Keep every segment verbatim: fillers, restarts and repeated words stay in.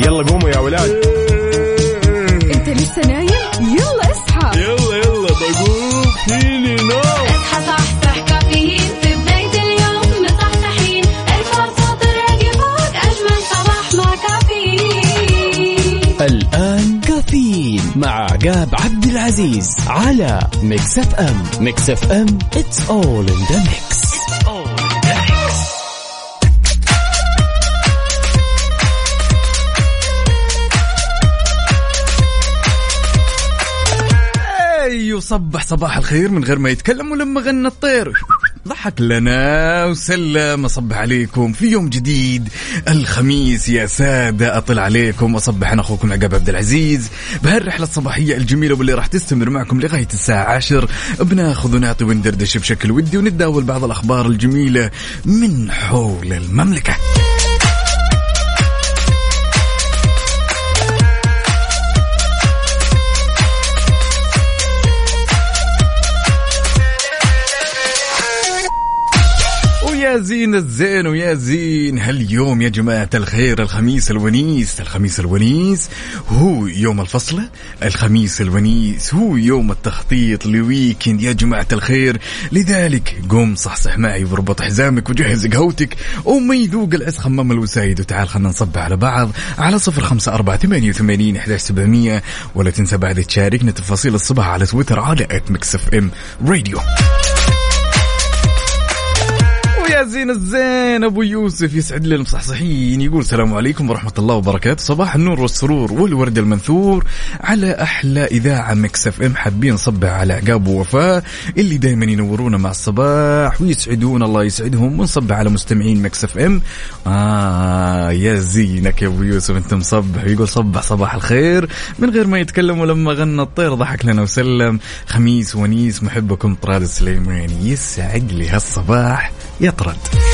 يلا قوموا يا ولاد. انت لسه نايم؟ يلا اصحى. يلا يلا بقوم فيني نوم. اصحى صحصح كافيين في بداية اليوم مصحصحين. ارفع صوت الراديو فوق أجمل صباح مع كافيين. الآن كافيين مع عقاب عبد العزيز على ميكس اف ام. ميكس اف ام it's all in the mix. يصبح صباح الخير من غير ما يتكلم، ولما غنى الطير ضحك لنا وسلم. أصبح عليكم في يوم جديد الخميس يا سادة، أطل عليكم وأصبح أنا أخوكم عقاب عبد العزيز بهالرحلة الصباحية الجميلة واللي راح تستمر معكم لغاية الساعة عشر. بناخذ ونعطي وندردش بشكل ودي ونداول بعض الأخبار الجميلة من حول المملكة. يا زين الزين ويا زين هاليوم يا جماعة الخير، الخميس الونيس. الخميس الونيس هو يوم الفصلة، الخميس الونيس هو يوم التخطيط لويكند يا جماعة الخير. لذلك قوم صحصح معي وربط حزامك وجهز قهوتك وما يذوق العز خمام الوسايد، وتعال خلنا نصبح على بعض على صفر خمسة أربعة ثمانية وثمانين أحد عشر سبعمية. ولا تنسى بعد تشاركنا تفاصيل الصباح على تويتر على ات ميكس اف ام راديو. يا زين الزين أبو يوسف يسعد لي المصحصحين، يقول السلام عليكم ورحمة الله وبركاته. صباح النور والسرور والورد المنثور على أحلى إذاعة ميكس اف ام. حابين نصبح على عقاب ووفاء اللي دايما ينورونا مع الصباح ويسعدون، الله يسعدهم. ونصبح على مستمعين ميكس اف ام. آه يا زينك يا أبو يوسف أنت مصبح. يقول صبح صباح الخير من غير ما يتكلم، ولما غنى الطير ضحك لنا وسلم. خميس ونيس محبكم طراد السليماني. يسعد لي هالصباح يا طراد.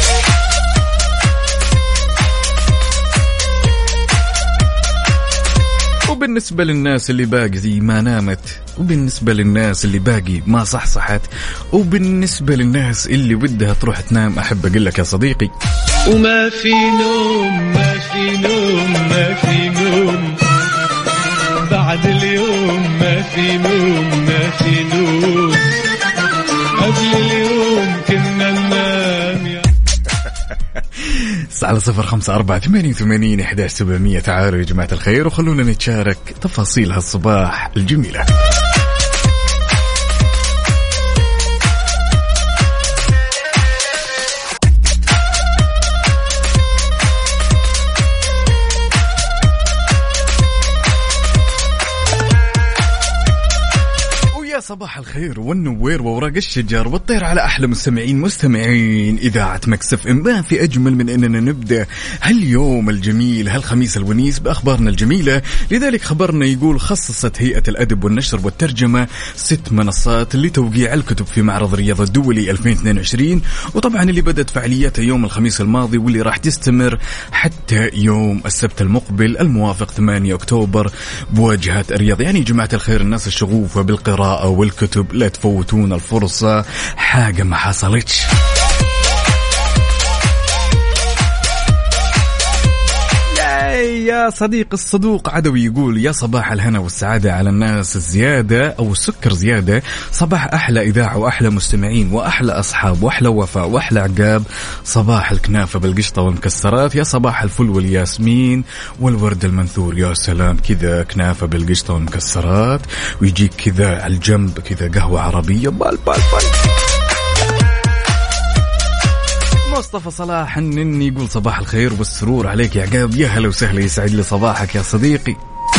وبالنسبة للناس اللي باقي زي ما نامت، وبالنسبة للناس اللي باقي ما صحصحت، وبالنسبة للناس اللي بدها تروح تنام، أحب أقول لك يا صديقي وما في نوم ما في نوم ما في نوم بعد اليوم، ما في نوم ما في نوم قبل اليوم كنا ننام يا على صفر خمسة أربعة ثمانية ثمانين أحد عشر سبعمية. تعالوا يا جماعة الخير وخلونا نتشارك تفاصيل هالصباح الجميلة. صباح الخير والنوير وورق الشجر والطير على أحلى مستمعين مستمعين إذاعة ميكس اف ام. ما في أجمل من أننا نبدأ هاليوم الجميل هالخميس الونيس بأخبارنا الجميلة. لذلك خبرنا يقول خصصت هيئة الأدب والنشر والترجمة ست منصات لتوقيع الكتب في معرض الرياض الدولي ألفين واثنين وعشرين، وطبعا اللي بدأت فعالياتها يوم الخميس الماضي واللي راح تستمر حتى يوم السبت المقبل الموافق ثمانية أكتوبر بواجهة الرياض. يعني جماعة الخير الناس الشغوفة بالقراءة والكتب لا تفوتون الفرصة، حاجة ما حصلتش. يا صديق الصدوق عدوي يقول يا صباح الهنا والسعادة على الناس الزيادة أو السكر زيادة. صباح أحلى إذاعة وأحلى مستمعين وأحلى أصحاب وأحلى وفاء وأحلى عقاب. صباح الكنافة بالقشطة والمكسرات. يا صباح الفل والياسمين والورد المنثور. يا سلام كذا كنافة بالقشطة والمكسرات ويجيك كذا على الجنب كذا قهوة عربية بال بال بال. مصطفى صلاح النني يقول صباح الخير والسرور عليك يا عقاب. يا هلا وسهلا يسعد لي صباحك يا صديقي.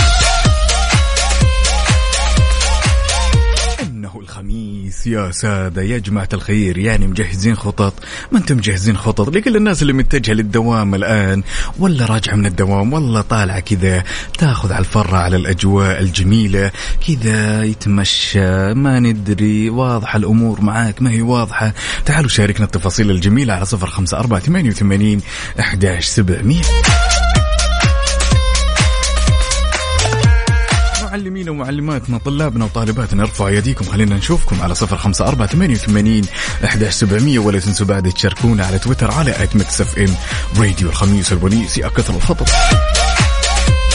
إنه الخميس يا سادة يا جماعة الخير، يعني مجهزين خطط؟ ما أنتم مجهزين خطط لكل الناس اللي متجهة للدوام الآن، ولا راجعة من الدوام، ولا طالعة كذا تاخذ على الفرة على الأجواء الجميلة كذا يتمشى، ما ندري واضحة الأمور معاك ما هي واضحة؟ تعالوا شاركنا التفاصيل الجميلة على صفر خمسة أربعة ثمانية وثمانين أحد عشر سبعمية. معلمين ومعلماتنا طلابنا وطالباتنا ارفعوا يديكم خلينا نشوفكم على صفر خمسة أربعة ثمانية وثمانين أحد عشر سبعمية. ولا تنسوا بعد تشاركونا على تويتر على ات ميكس اف ام راديو. الخميس الونيس يا كثر الخطط.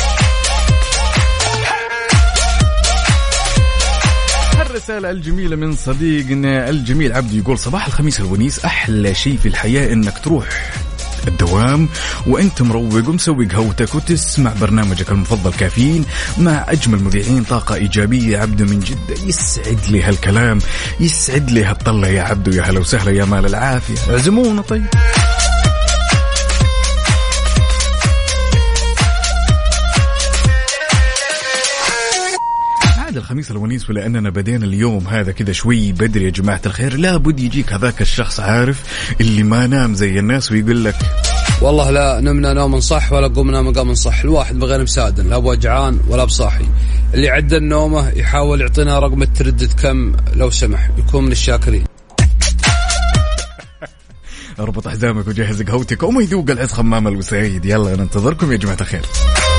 الرسالة الجميلة من صديقنا الجميل عبد يقول صباح الخميس الونيس، أحلى شيء في الحياة إنك تروح الدوام وانت مروق ومسوي قهوتك وتسمع برنامجك المفضل كافيين مع اجمل مذيعين طاقه ايجابيه. عبدو من جده، يسعد لي هالكلام، يسعد لي هالطله يا عبدو، يا هلا وسهلا، يا مال العافيه، اعزمونا. طيب الخميس الونيس، ولأننا بدينا اليوم هذا كذا شوي بدري يا جماعة الخير، لابد يجيك هذاك الشخص عارف اللي ما نام زي الناس ويقول لك والله لا نمنا نوم صح ولا قمنا مقام صح، الواحد بغير مسادن، لا بوجعان ولا بصاحي. اللي عدى النومه يحاول يعطينا رقم التردد كم لو سمح، يكون من الشاكرين. اربط حزامك وجهز قهوتك وما يذوق العز خمام الوسعيد. يلا ننتظركم يا جماعة الخير.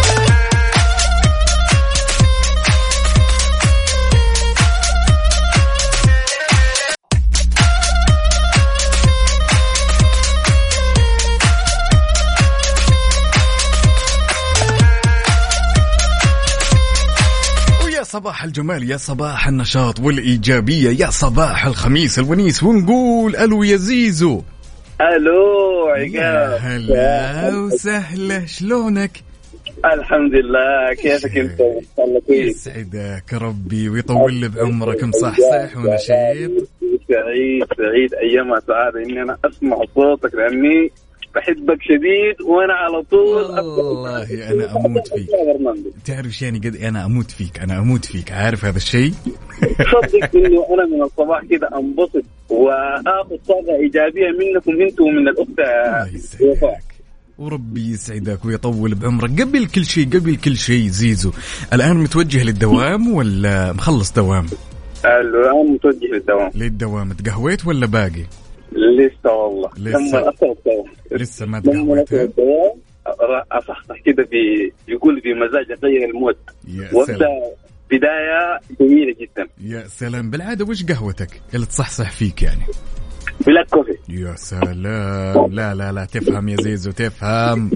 صباح الجمال، يا صباح النشاط والإيجابية، يا صباح الخميس الونيس، ونقول ألو يا زيزو. ألو يا هلا وسهلا، شلونك؟ الحمد لله، كيفك انت؟ يسعدك ربي ويطول لي بعمرك، مصحصح ونشيط. سعيد سعيد أيامها سعادة إني أنا أسمع صوتك، لأني بحبك شديد وانا على طول. والله انا اموت فيك، تعرف شيء قد انا اموت فيك، انا اموت فيك، عارف هذا الشيء. صدق انه انا من الصباح كده انبسط واخذ طاقه ايجابيه منكم انتم ومن الاخت. الله يسعدك وربي يسعدك ويطول بعمرك. قبل كل شيء قبل كل شيء زيزو، الان متوجه للدوام ولا مخلص دوام؟ الان متوجه للدوام. للدوام. تقهويت ولا باقي؟ لسه والله لسه لسه ما تقهويت. أصحصح كده في يقول في مزاج غير الموت، وابدأ بداية جميلة جدا. يا سلام. بالعادة وش قهوتك اللي تصحصح فيك يعني؟ بلاك كوفي. يا سلام. لا لا لا تفهم يا زيزو، تفهم.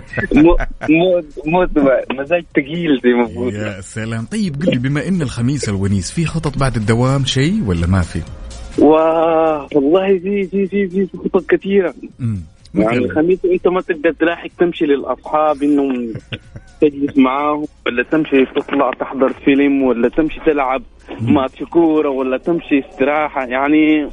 موت موت مزاج ثقيل زي ما بقول. يا سلام. طيب قل لي، بما إن الخميس الونيس، في خطط بعد الدوام شيء ولا ما في؟ واه والله في في في في خطط كثيرة. يعني الخميس انت ما تقدر تلاحق تمشي للاصحاب انهم تجلس معاهم، ولا تمشي تطلع تحضر فيلم، ولا تمشي تلعب ماتش كوره، ولا تمشي استراحه. يعني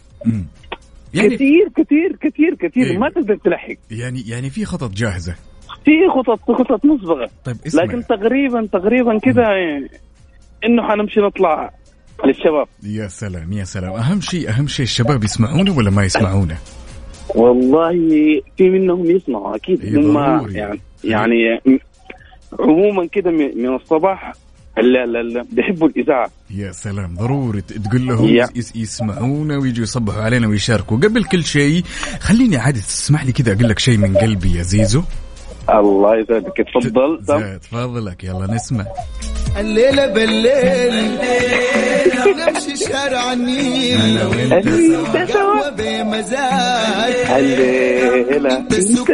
يعني كثير كثير كثير كثير إيه؟ ما تقدر تلاحق. يعني يعني في خطط جاهزه، في خطط خطط مسبقه. طيب لكن تقريبا تقريبا كذا انه حنمشي نطلع للشباب. يا سلام يا سلام. اهم شيء اهم شيء الشباب يسمعونه ولا ما يسمعونه؟ والله في منهم يسمعوا أكيد. هم يعني يعني عموما كده من الصباح لا لا لا بيحبوا الإذاعة. يا سلام. ضروري تقول لهم يس يسمعونا ويجوا يصبحوا علينا ويشاركوا. قبل كل شيء خليني عادي تسمح لي كده أقول لك شيء من قلبي يا زيزو. الله يسعدك، تفضل. تفضلك، يلا نسمع. الليلة بالليل نمشي شارع النيل قهوة بمزاج، الليلة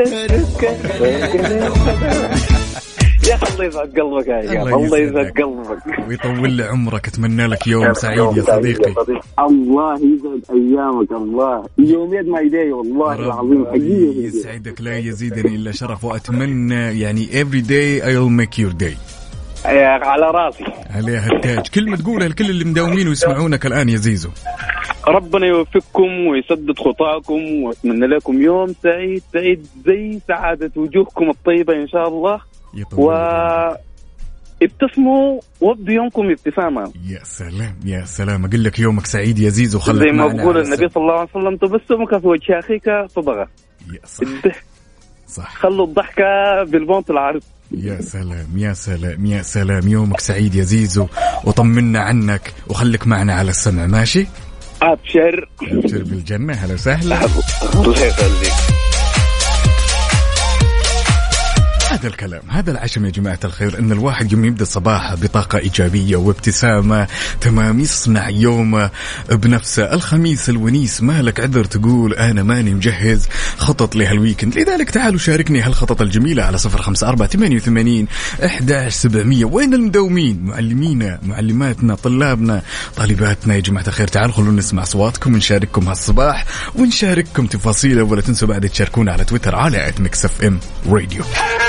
يا الله يسعد قلبك يا الله يسعد قلبك ويطول لي عمرك. اتمنى لك يوم سعيد يا صديقي. الله يسعد ايامك. الله يومين ما يدي والله العظيم حقيقي يسعدك. لا يزيدني الا شرف، واتمنى يعني every day I'll make your day. على راسي عليها التاج. كلمة تقولها لكل اللي مداومين ويسمعونك الآن يا زيزو. ربنا يوفقكم ويسدد خطاكم، واتمنى لكم يوم سعيد سعيد زي سعادة وجوهكم الطيبة إن شاء الله، وابتسموا وابدوا يومكم ابتسامة. يا سلام يا سلام. أقول لك يومك سعيد يا زيزو. خلك زي ما بقول النبي صلى الله عليه وسلم، تبسمك في وجه أخيك صدقة. يا صح صح. خلوا الضحكة بالبونت العرض. يا سلام يا سلام يا سلام. يومك سعيد يا زيزو، وطمنا عنك وخليك معنا على السمع. ماشي؟ أبشر أبشر بالجنة. هلا وسهلا. الله يخليك. هذا الكلام، هذا العشم يا جماعة الخير، إن الواحد يوم يبدأ صباحه بطاقة إيجابية وابتسامة، تمام، يصنع يومه بنفسه. الخميس الونيس، ما لك عذر تقول أنا ماني مجهز خطط لهالويكند. لذلك تعالوا شاركني هالخطط الجميلة على صفر خمسة أربعة ثمانية وثمانين أحد عشر سبعمية. وين المداومين؟ معلمينا، معلماتنا، طلابنا، طالباتنا يا جماعة الخير، تعالوا خلونا نسمع أصواتكم ونشارككم هالصباح ونشارككم تفاصيله. ولا تنسوا بعد تشاركونا على تويتر على ات ميكس اف ام راديو.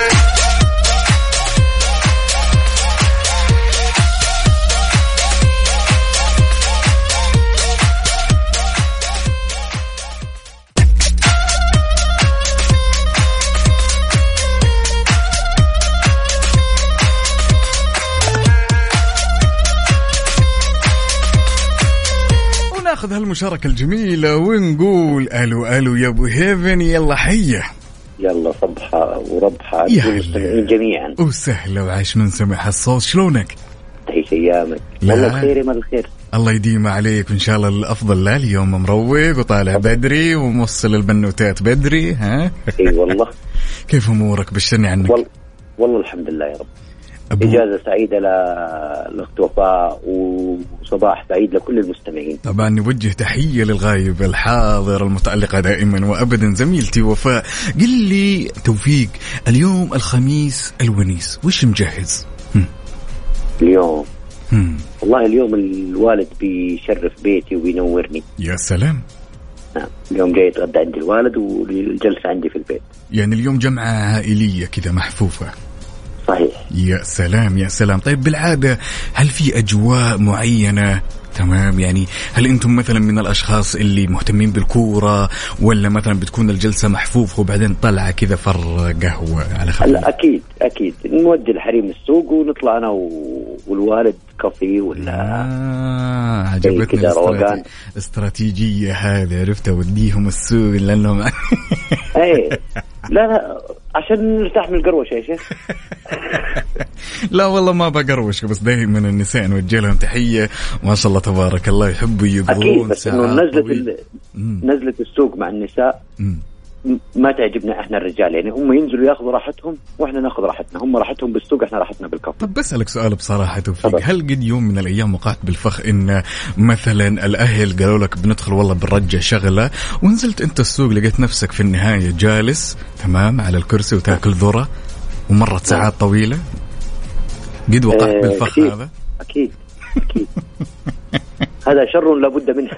ناخذ هالمشاركة الجميلة ونقول ألو ألو يا أبو هيفن، يلا حية، يلا صبحة وربحة على المستمعين جميعا. وسهلة وعاش من سمع الصوت، شلونك؟ تعيش أيامك والله بخير ما الخير. الله يديم عليك وإن شاء الله الأفضل. لا اليوم مروق وطالع بدري وموصل البنوتات بدري، ها؟ إي والله. كيف أمورك؟ بشرني عنك. والله, والله الحمد لله يا رب. أبو... إجازة سعيدة للأخت وفاء وصباح سعيد لكل المستمعين. طبعا نوجه تحية للغايب الحاضر المتألقة دائما وأبدا زميلتي وفاء. قل لي توفيق، اليوم الخميس الونيس وش مجهز؟ هم. اليوم هم. والله اليوم الوالد بيشرف بيتي وبينورني. يا سلام. نعم اليوم جاي يتغدى عند الوالد والجلسة عندي في البيت. يعني اليوم جمعة عائلية كذا محفوفة. صحيح. يا سلام يا سلام. طيب بالعادة هل في أجواء معينة؟ تمام، يعني هل أنتم مثلا من الأشخاص اللي مهتمين بالكورة، ولا مثلا بتكون الجلسة محفوفة وبعدين طلعة كذا فر قهوة على خفيف؟ لا أكيد أكيد نودي الحريم السوق ونطلع أنا والوالد كافي ولا آه عجبتني استراتيجية, استراتيجية هذه، عرفتها، وديهم السوق لأنهم ايه لا لا عشان نرتاح من القروشة يا شيخ. لا والله ما بقروش، بس دائما النساء نوجه لهم تحية ما شاء الله تبارك الله، يحبوا يقضون بس إنه نزلة نزلة السوق مع النساء م. ما تعجبنا احنا الرجال، يعني هم ينزلوا ياخذوا راحتهم واحنا ناخذ راحتنا، هم راحتهم بالسوق احنا راحتنا بالكافي. طب بسألك سؤال بصراحة توفيق، هل قد يوم من الايام وقعت بالفخ ان مثلا الاهل قالوا لك بندخل والله بالرجة شغلة، ونزلت انت السوق لقيت نفسك في النهاية جالس تمام على الكرسي وتاكل ذرة ومرت ساعات طويلة؟ قد وقعت اه بالفخ أكيد. هذا اكيد اكيد. هذا شر لابد منه.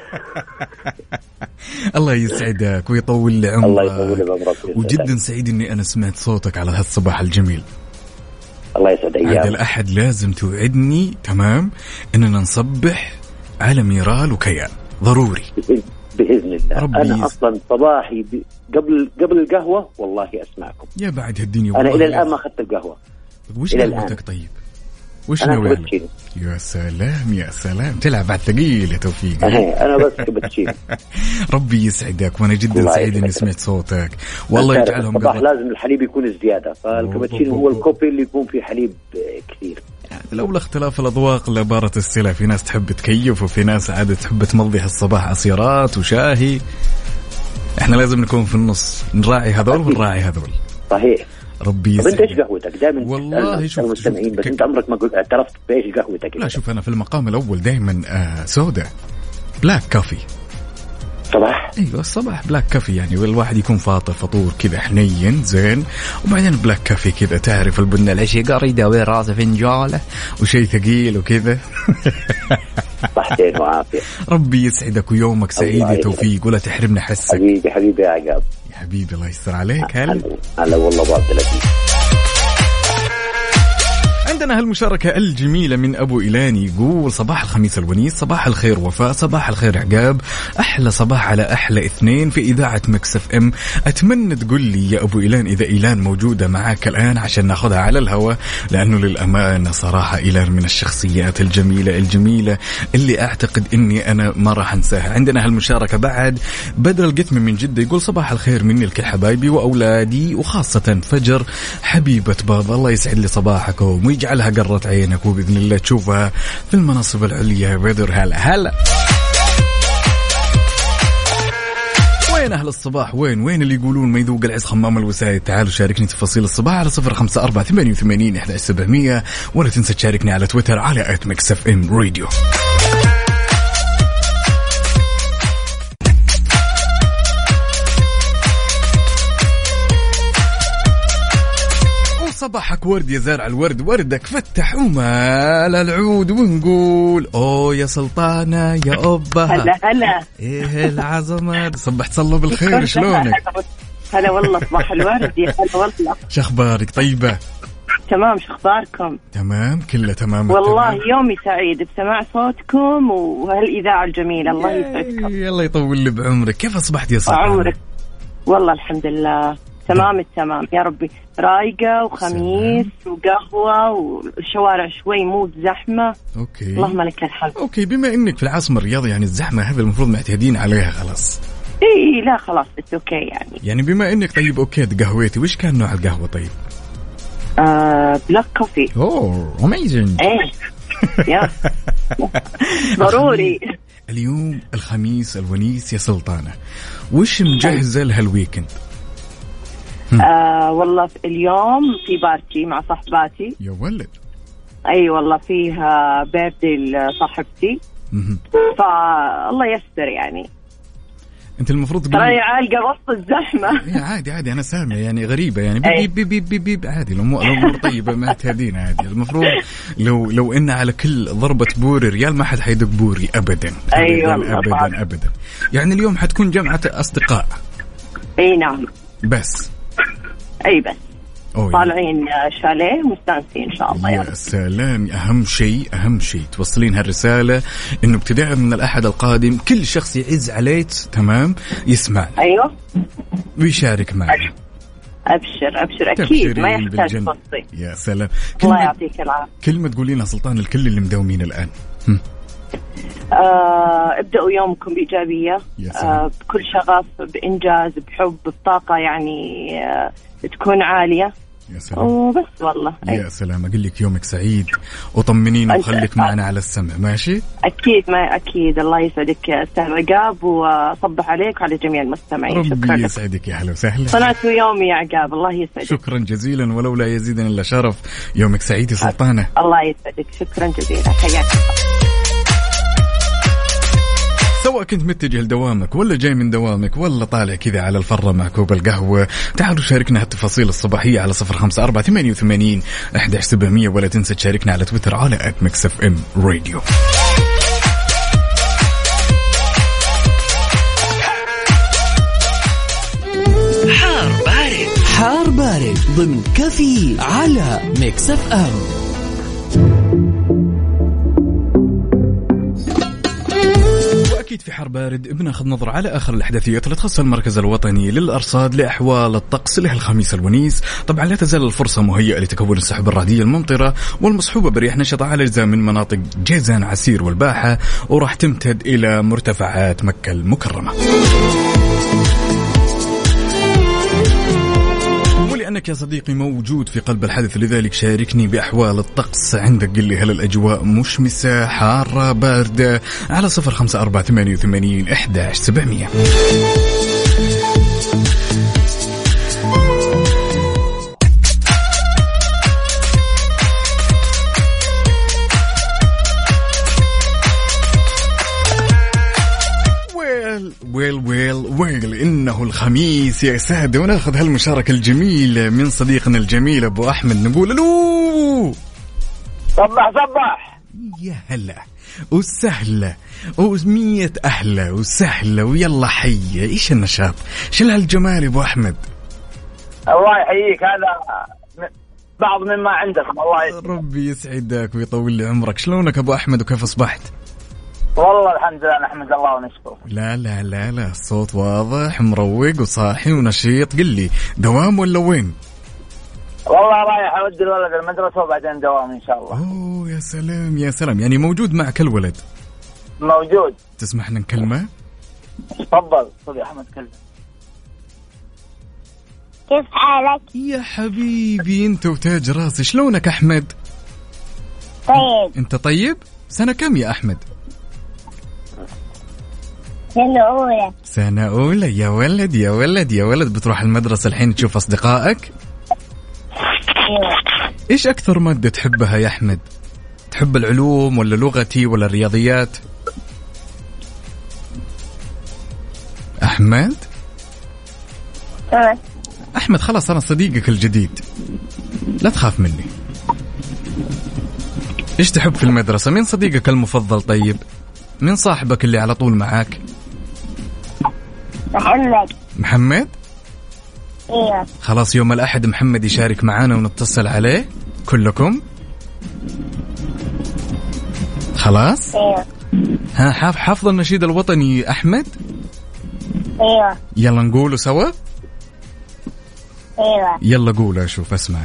الله يسعدك ويطول لي عمرك. الله يطول بعمرك. وجدا سعيد اني انا سمعت صوتك على هالصباح الجميل. الله يسعد ايامك. هذا الاحد لازم توعدني تمام اننا نصبح على ميرال وكيان ضروري باذن الله. انا اصلا صباحي ب... قبل قبل القهوه والله اسمعكم. يا بعد هالدنيا انا الى الان ما اخذت القهوه. وش قهوتك طيب؟ وش ناوي؟ يا سلام يا سلام، تلعب على الثقيل يا توفيق. انا بس كابتشينو. ربي يسعدك، وانا جدا سعيد اني سمعت صوتك، والله يجعلهم الصباح لازم الحليب يكون زياده، فالكابتشينو هو الكوبي اللي يكون فيه حليب كثير. يعني لولا اختلاف الاذواق لبارة السلع، في ناس تحب تكيف وفي ناس عادة تحب تمضي هالصباح عصيرات وشاهي، احنا لازم نكون في النص، نراعي هذول ونراعي هذول. صحيح. ربي يسعدك. طب انت ايش قهوتك؟ دائما والله شوف المستمعين بس انت عمرك ما قلت اعترفت بايش قهوتك؟ لا شوف انا في المقام الاول دائما آه سودا بلاك كافي صباح. ايوه الصباح بلاك كافي، يعني والواحد يكون فاطر فطور كذا حنين زين، وبعدين بلاك كافي كذا تعرف البنه العشيقه يداوي راسه فنجاله وشيء ثقيل وكذا. صحتين وعافيه. ربي يسعدك ويومك سعيد يا توفيق، ولا تحرمنا حسك. حبيبي حبيبي يا عقاب. يا حبيبي الله يستر عليك. هلا هلا والله ابو عبد العزيز. عندنا هالمشاركة الجميلة من أبو إيلان، يقول صباح الخميس الونيس، صباح الخير وفاء، صباح الخير عقاب، أحلى صباح على أحلى اثنين في إذاعة مكس اف ام. أتمنى تقول لي يا أبو إيلان إذا إيلان موجودة معاك الآن عشان ناخذها على الهواء، لأنه للأمانة صراحة إيلان من الشخصيات الجميلة الجميلة اللي أعتقد إني أنا ما راح أنساها. عندنا هالمشاركة بعد بدر القتمي من جدة، يقول صباح الخير مني لكل حبايبي وأولادي وخاصة فجر حبيبة بابا، الله يسعد لي صباحكم ويجعلها قرة عينك وبإذن الله تشوفها في المناصب العليا. بدر هلا هلا. وين أهل الصباح؟ وين وين اللي يقولون ما يذوق العز خمام الوسائد؟ تعالوا شاركني تفاصيل الصباح على صفر خمسة أربعة ثمانية وثمانين أحد عشر سبعمية، ولا تنسى تشاركني على تويتر على آت ميكس إف إم راديو. صباحك ورد يا زارع الورد، وردك فتح ومال العود، ونقول اوه يا سلطانة يا أبها. هلا هلا، ايه العظمة، صبحت صلوا بالخير، شلونك؟ هلا والله، صباح الورد يا هلا والله. شخبارك؟ طيبة تمام، شخباركم؟ تمام كله تمام والله تمام. يومي سعيد بسماع صوتكم وهالإذاعة الجميلة، الله يسعدكم. يلا يطول لي بعمرك. كيف أصبحت يا سلطانة؟ عمرك والله الحمد لله تمام التمام يا ربي، رايقة وخميس سلام. وقهوة والشوارع شوي مو زحمة. أوكي اللهم لك الحمد. أوكي، بما إنك في العاصمة الرياضية يعني الزحمة هذا المفروض معتادين عليها خلاص. إيه لا خلاص بس أوكي يعني. يعني بما إنك طيب أوكي قهوتي، وش كان نوع القهوة طيب؟ آه بلاك كوفي. أوه أميزنج. إيه يا ضروري. اليوم الخميس الونيس يا سلطانة، وش مجهزة لهالويكند؟ آه والله اليوم في بارتي مع صاحباتي. يا ولد. اي والله فيها بيرثدي لصاحبتي، فالله يستر يعني. انت المفروض ترى عالقه وسط الزحمه. يا عادي عادي انا سامع يعني غريبه يعني بيب بيب بيب بيب بيب عادي، الامور طيبه ما تهدين عادي. المفروض لو لو ان على كل ضربه بوري ريال ما حد حيدق بوري ابدا. ايوه ابدا ابدا, أبداً. يعني اليوم حتكون جمعه اصدقاء. اي نعم بس اي بس طالعين شاليه مستانسين ان شاء الله. يا يعني. سلام، اهم شيء اهم شيء توصلين هالرساله انه ابتداء من الاحد القادم كل شخص يعز عليك تمام يسمع. ايوه ويشارك معك. ابشر ابشر اكيد ما يحتاج تصفي. يا سلام، الله يعطيك العافيه. كلمه تقولينها سلطان الكل اللي مداومين الان. هم. آه، ابدأوا يومكم بإيجابية، آه، بكل شغف، بإنجاز، بحب، بطاقة يعني آه، تكون عالية. يا سلام. وبس والله. يا أي. سلام، أقول لك يومك سعيد وطمنين وخليك معنا على السمع. ماشي أكيد ما أكيد. الله يسعدك يا أستاذ عقاب، وصبح عليك وعلى جميع المستمعين. ربي شكرا يسعدك يا هلا وسهلا. صنعتوا يومي يا عقاب، الله يسعدك. شكرا جزيلا، ولو لا يزيدنا إلا شرف. يومك سعيد يا سلطانة. الله يسعدك، شكرا جزيلا، حياك. سواء كنت متجه لدوامك ولا جاي من دوامك ولا طالع كذا على الفرة مع كوب القهوة، تعالوا شاركنا هالتفاصيل الصباحية على صفر خمسة أربعة ثمانية وثمانين أحد عشر سبعمية، ولا تنسى تشاركنا على تويتر على آت ميكس إف إم راديو. حار بارد، حار بارد ضمن كفي على ميكس إف إم. أكيد في حر بارد بناخذ نظرة على آخر الأحداثيات اللي تخص المركز الوطني للأرصاد لأحوال الطقس له الخميس الونيس. طبعا لا تزال الفرصة مهيئة لتكون السحب الرعدية الممطرة والمصحوبة برياح نشطة على أجزاء من مناطق جيزان عسير والباحة، وراح تمتد إلى مرتفعات مكة المكرمة. أنك يا صديقي موجود في قلب الحدث، لذلك شاركني بأحوال الطقس عندك. قل لي هل الأجواء مشمسة، حارة، باردة؟ على صفر خمسة أربعة ثمانية وثمانين أحد عشر سبعمية. ويل ويل ويل إنه الخميس يا سادة، وناخذ هالمشاركة الجميلة من صديقنا الجميل أبو أحمد. نقول له صبح صبح يا هلا وسهلة ومية أهلا وسهلة ويلا حية. إيش النشاط، شو هالجمال أبو أحمد؟ الله يحييك، هذا بعض مما عندكم. الله يسعدك. ربي يسعدك ويطول لي عمرك. شلونك أبو أحمد وكيف أصبحت؟ والله الحمد لله نحمد الله ونشكره. لا لا لا لا، الصوت واضح مروق وصاحي ونشيط. قل لي دوام ولا وين؟ والله رايح أودي الولد المدرسة وبعدين دوام إن شاء الله. أوه يا سلام يا سلام، يعني موجود معك الولد؟ موجود. تسمحنا نكلمه؟ تفضل صديق أحمد كلمه. كيف حالك؟ يا حبيبي انت وتاج راسي. شلونك أحمد؟ طيب. انت طيب؟ سنة كم يا أحمد؟ سنة أولى. سنة أولى يا ولد يا ولد يا ولد. بتروح المدرسة الحين تشوف أصدقائك؟ أيوة. إيش أكثر مادة تحبها يا أحمد؟ تحب العلوم ولا لغتي ولا الرياضيات؟ أحمد؟ أه. أحمد خلاص أنا صديقك الجديد، لا تخاف مني. إيش تحب في المدرسة؟ مين صديقك المفضل طيب؟ مين صاحبك اللي على طول معاك؟ محمد. محمد؟ ايوه. خلاص يوم الأحد محمد يشارك معانا ونتصل عليه كلكم. خلاص؟ ايوه. ها حاف حافظ النشيد الوطني أحمد؟ ايوه. يلا نقوله سوا. ايوه. يلا قول أشوف أسمعك.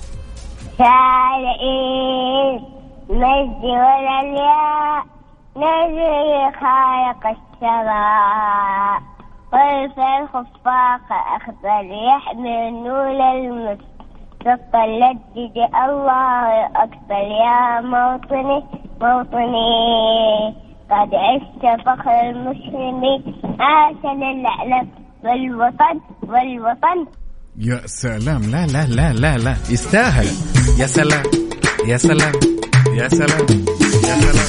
شارئين مجد ولا الياء نجري خالق السماء والفرخ فاق أخضر يحمل نور المستقى لجد الله أكبر يا موطني موطني قد عشت فخر المسلمين عاشنا العلم والوطن والوطن. يا سلام، لا لا لا لا لا يستاهل. يا سلام يا سلام يا سلام يا سلام.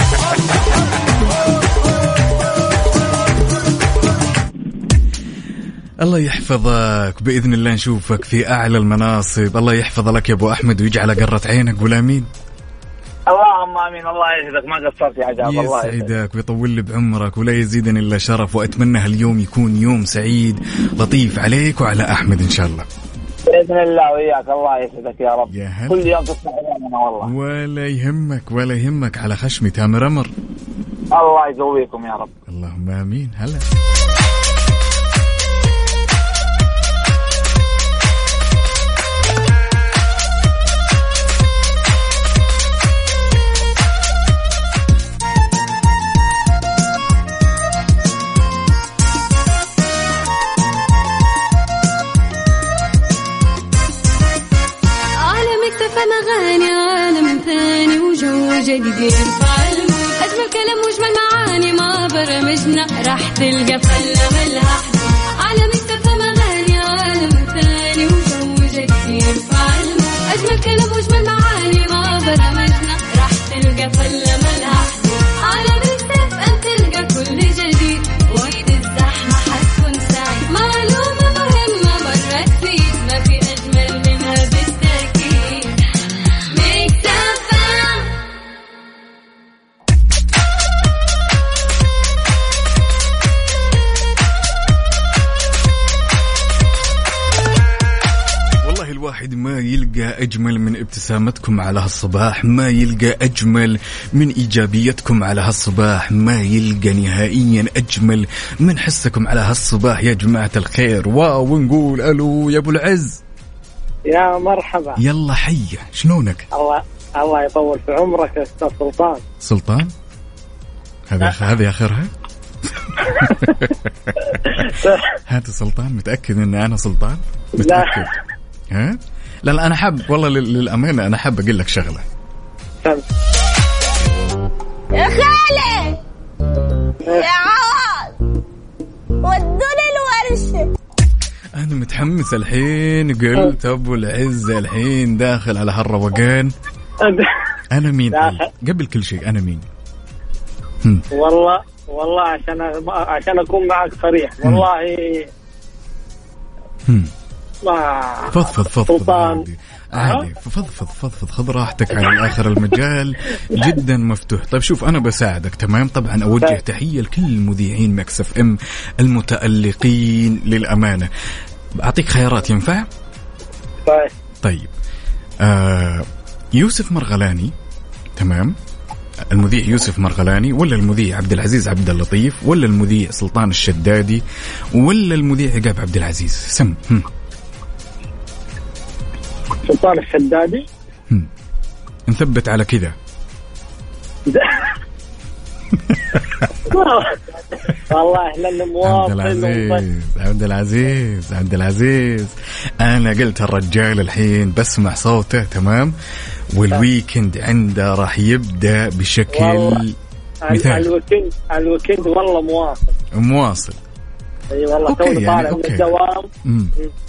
الله يحفظك بإذن الله، نشوفك في أعلى المناصب. الله يحفظ لك يا أبو أحمد ويجعل قرة عينك. قول آمين. اللهم آمين. الله يسعدك، ما قصرت يا عجاب. الله يسعدك ويطول لي بعمرك ولا يزيدني إلا شرف، وأتمنى هاليوم يكون يوم سعيد لطيف عليك وعلى أحمد إن شاء الله بإذن الله وإياك. الله يسعدك يا رب. يا كل يوم تصنع لنا والله. ولا يهمك ولا يهمك. على خشمي تامر أمر. الله يقويكم يا رب. اللهم آمين. هلا جديد يرفع المود أجمل كلام وجمل معاني ما برمجنا راح تلقى فلة ملها على مكتب مغاني عالم ثاني وجو جديد يرفع المود أجمل كلام وجمل معاني ما برمجنا راح تلقى فلة ملها على مكتب أن تلقى كل جديد وقت الزحمة حتكون سعيد. معلومة مهمة مرت فيك ما في أجمل منها بالتأكيد. الواحد ما يلقى أجمل من ابتسامتكم على هالصباح، ما يلقى أجمل من إيجابيتكم على هالصباح، ما يلقى نهائيا أجمل من حسكم على هالصباح يا جماعة الخير. واو ونقول ألو يا أبو العز. يا مرحبا. يلا حية، شلونك؟ الله الله يطول في عمرك يا أستاذ سلطان. سلطان؟ هذا هذا آخرها؟ هذا سلطان؟ متأكد إن أنا سلطان؟ متأكد؟ ها؟ لا لا أنا حاب والله للأمانة أنا حاب أقول لك شغلة. يا خالي يا عوض ودوني الورشة. أنا متحمس الحين، قلت أبو العز الحين داخل على هالروقان. أنا مين؟ قبل كل شيء أنا مين؟ هم. والله والله عشان عشان أكون معك صريح والله هم. ما فضفض فضفض عادي عادي فضفض فضفض خذ راحتك على الآخر. المجال جدا مفتوح. طيب شوف أنا بساعدك تمام. طبعا أوجه تحية لكل المذيعين مكس اف ام المتألقين للأمانة. أعطيك خيارات ينفع؟ طيب طيب آه يوسف مرغلاني تمام، المذيع يوسف مرغلاني، ولا المذيع عبد العزيز عبد اللطيف، ولا المذيع سلطان الشدادي، ولا المذيع عقاب عبد العزيز؟ سم هم. سلطان الشدادي. هم. نثبت على كذا. والله لأنه مواطن. عبد العزيز عبد العزيز عبد العزيز أنا قلت الرجال الحين بسمع صوته تمام، والويكند عنده راح يبدأ بشكل مثال. الويكند الويكند والله مواصل مواصل. اي والله توني طالع يعني من الدوام. مم.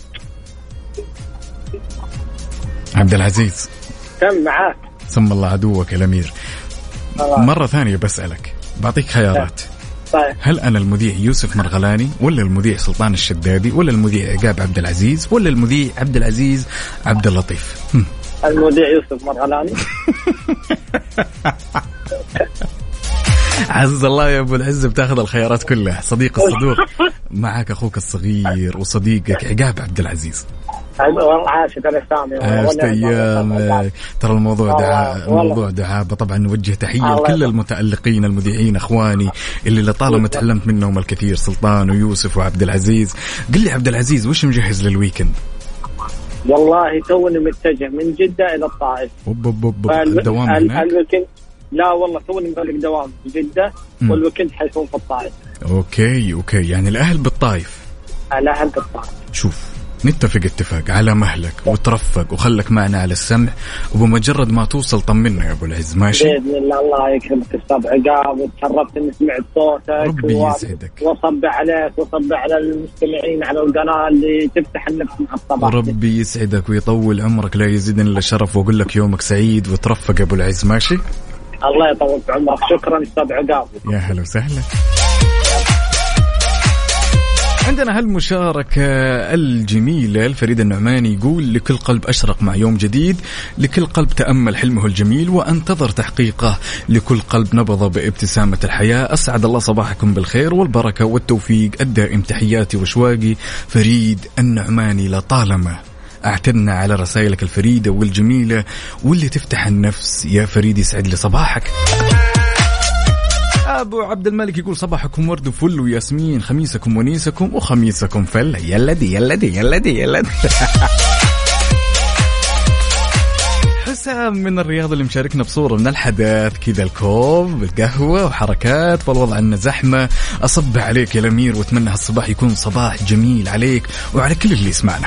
عبد العزيز تم معاك. سم الله عدوك الأمير. مرة ثانية بسألك، بعطيك خيارات. طيب. هل أنا المذيع يوسف مرغلاني، ولا المذيع سلطان الشدادي، ولا المذيع عقاب عبد العزيز، ولا المذيع عبد العزيز عبد اللطيف؟ المذيع يوسف مرغلاني. عز الله يا أبو العز، بتاخذ الخيارات كلها. صديق الصدوق معك أخوك الصغير وصديقك عقاب عبد العزيز. والله عاشت الأسامي. عاشت أيامك. ترى الموضوع دعابة، الموضوع دعابة. طبعا نوجه تحية لكل المتألقين المذيعين أخواني اللي لطالما تعلمت منهم الكثير، سلطان ويوسف وعبد العزيز. قل لي عبد العزيز، وش مجهز للويكند؟ والله توني متجه من جدة إلى الطائف. الدوام هناك؟ الويكند لا والله توني مغلق دوام في جدة، والويكند حيكون في الطائف. أوكي أوكي، يعني الأهل بالطائف. الأهل بالطائف. شوف، نتفق اتفاق على مهلك وترفق وخلك معنا على السمع، وبمجرد ما توصل طمنا يا أبو العز. ماشي بإذن الله. الله يكرمك أستاذ عقاب، وتشرفت إني سمعت صوتك. ربي يسعدك. وصب عليك وصب على المستمعين على القناة اللي تفتح النفس مع الصباح. ربي يسعدك ويطول عمرك، لا يزيدن إلا شرف، وأقول لك يومك سعيد وترفق يا أبو العز. ماشي. الله يطول في عمرك. شكرا أستاذ عقاب. يا هلا وسهلا. عندنا هالمشاركة الجميلة. الفريد النعماني يقول: لكل قلب أشرق مع يوم جديد، لكل قلب تأمل حلمه الجميل وانتظر تحقيقه، لكل قلب نبض بابتسامة الحياة. أسعد الله صباحكم بالخير والبركة والتوفيق، الدائم تحياتي وشواقي. فريد النعماني. لطالما اعتدنا على رسائلك الفريدة والجميلة واللي تفتح النفس يا فريد، يسعد لي صباحك. أبو عبد الملك يقول: صباحكم ورد وفل وياسمين، خميسكم ونيسكم وخميسكم فل. يلا دي يلا دي يلا دي يلا دي. حسام من الرياض اللي مشاركنا بصورة من الحدث كذا، الكوب بالقهوة وحركات، فالوضع أنه زحمة. أصب عليك يا الأمير واتمنى هالصباح يكون صباح جميل عليك وعلى كل اللي يسمعنا.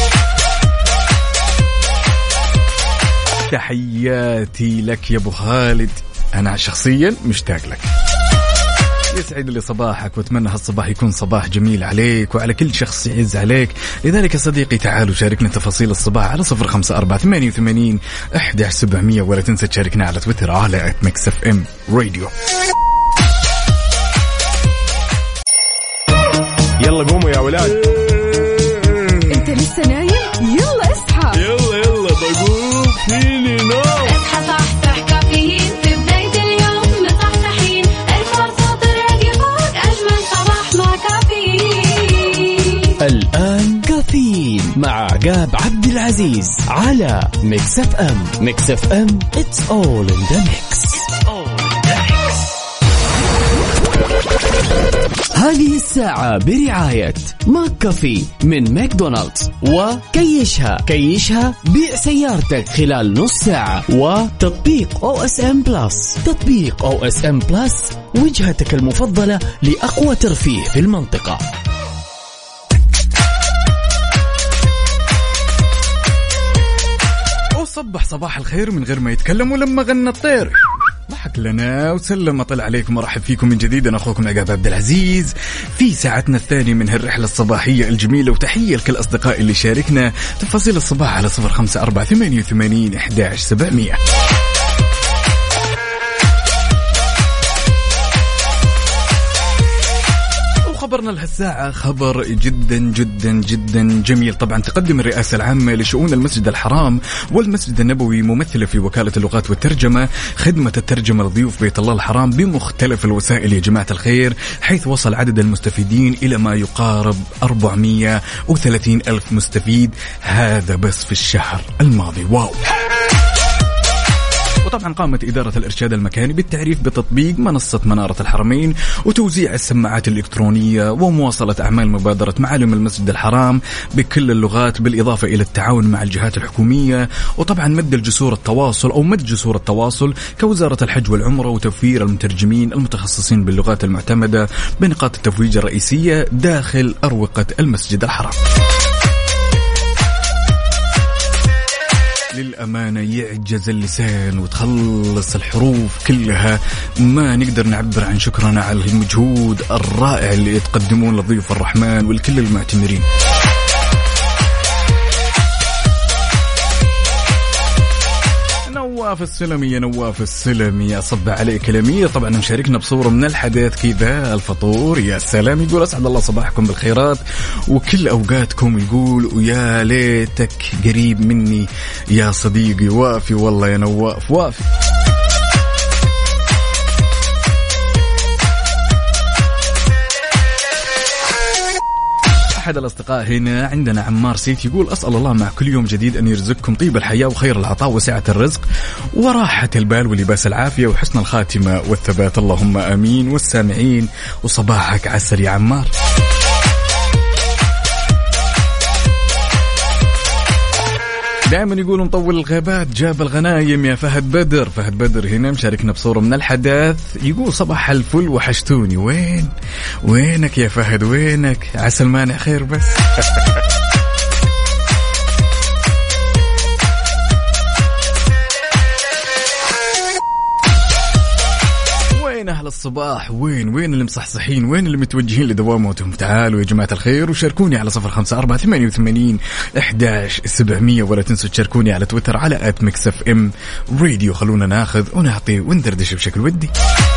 تحياتي لك يا أبو خالد، أنا شخصيا مشتاق لك. يسعد لي صباحك واتمنى هالصباح يكون صباح جميل عليك وعلى كل شخص يعز عليك. لذلك يا صديقي تعالوا شاركنا تفاصيل الصباح على صفر خمسة أربعة ثمانية وثمانين أحد عشر سبعمية، ولا تنسى تشاركنا على تويتر على آت ميكس إف إم راديو. يلا قوموا يا ولاد. انت لسه نايم؟ يلا اصحى. يلا يلا بقوم فيني نوم. اصحى صحصح كافيين في بداية اليوم مصحصحين، ارفع صوت الراديو فوق أجمل صباح مع كافيين. الآن كافيين مع عقاب عبد العزيز على ميكس إف إم. ميكس إف إم It's all in the mix. هذه الساعة برعاية ماك كافي من ماكدونالدز، وكيشها كيشها بيع سيارتك خلال نص ساعة، وتطبيق أو إس إم بلس. تطبيق أو إس إم بلس وجهتك المفضلة لأقوى ترفيه في المنطقة. وصبح صباح الخير من غير ما يتكلم، ولما غنى الطير ضحك لنا وسلم. أطلع عليكم ورحب فيكم من جديد. أنا أخوكم عقاب عبد العزيز في ساعتنا الثانية من هالرحلة الصباحية الجميلة، وتحية لكل أصدقائي اللي شاركنا تفاصيل الصباح على صفر خمسة أربعة ثمانية وثمانين أحد عشر سبعمية. خبرنا لهالساعة خبر جدا جدا جدا جميل. طبعا تقدم الرئاسة العامة لشؤون المسجد الحرام والمسجد النبوي ممثلة في وكالة اللغات والترجمة خدمة الترجمة لضيوف بيت الله الحرام بمختلف الوسائل يا جماعة الخير، حيث وصل عدد المستفيدين إلى ما يقارب أربعمية وثلاثين ألف مستفيد، هذا بس في الشهر الماضي. واو. وطبعا قامت إدارة الإرشاد المكاني بالتعريف بتطبيق منصة منارة الحرمين وتوزيع السماعات الإلكترونية ومواصلة أعمال مبادرة معالم المسجد الحرام بكل اللغات، بالإضافة إلى التعاون مع الجهات الحكومية، وطبعا مد الجسور التواصل أو مد جسور التواصل كوزارة الحج والعمرة، وتوفير المترجمين المتخصصين باللغات المعتمدة بنقاط التفويج الرئيسية داخل أروقة المسجد الحرام. للأمانة يعجز اللسان وتخلص الحروف كلها، ما نقدر نعبر عن شكرنا على المجهود الرائع اللي تقدمون لضيوف الرحمن والكل المعتمرين. نواف السلمي يا نواف السلمي أصب عليك الأمير. طبعا مشاركنا بصورة من الحدث كذا الفطور. يا سلام، يقول أسعد الله صباحكم بالخيرات وكل أوقاتكم. يقول ويا ليتك قريب مني يا صديقي وافي. والله يا نواف وافي. أحد الأصدقاء هنا عندنا عمار سيت يقول أسأل الله مع كل يوم جديد أن يرزقكم طيب الحياة وخير العطاء وسعة الرزق وراحة البال ولباس العافية وحسن الخاتمة والثبات، اللهم آمين. والسامعين وصباحك عسل يا عمار. دائما يقولوا مطول الغابات جاب الغنايم يا فهد بدر. فهد بدر هنا مشاركنا بصورة من الحدث، يقول صباح الفل وحشتوني. وين وينك يا فهد وينك؟ عسى المانع خير بس. وين أهل الصباح؟ وين وين اللي مصحصحين؟ وين اللي متوجهين لدواماتهم؟ تعالوا يا جماعة الخير وشاركوني على صفر خمسة أربعة ثمانية وثمانين أحداش سبعمية، ولا تنسوا تشاركوني على تويتر على آت ميكس اف ام راديو. خلونا ناخذ ونعطي وندردش بشكل ودي.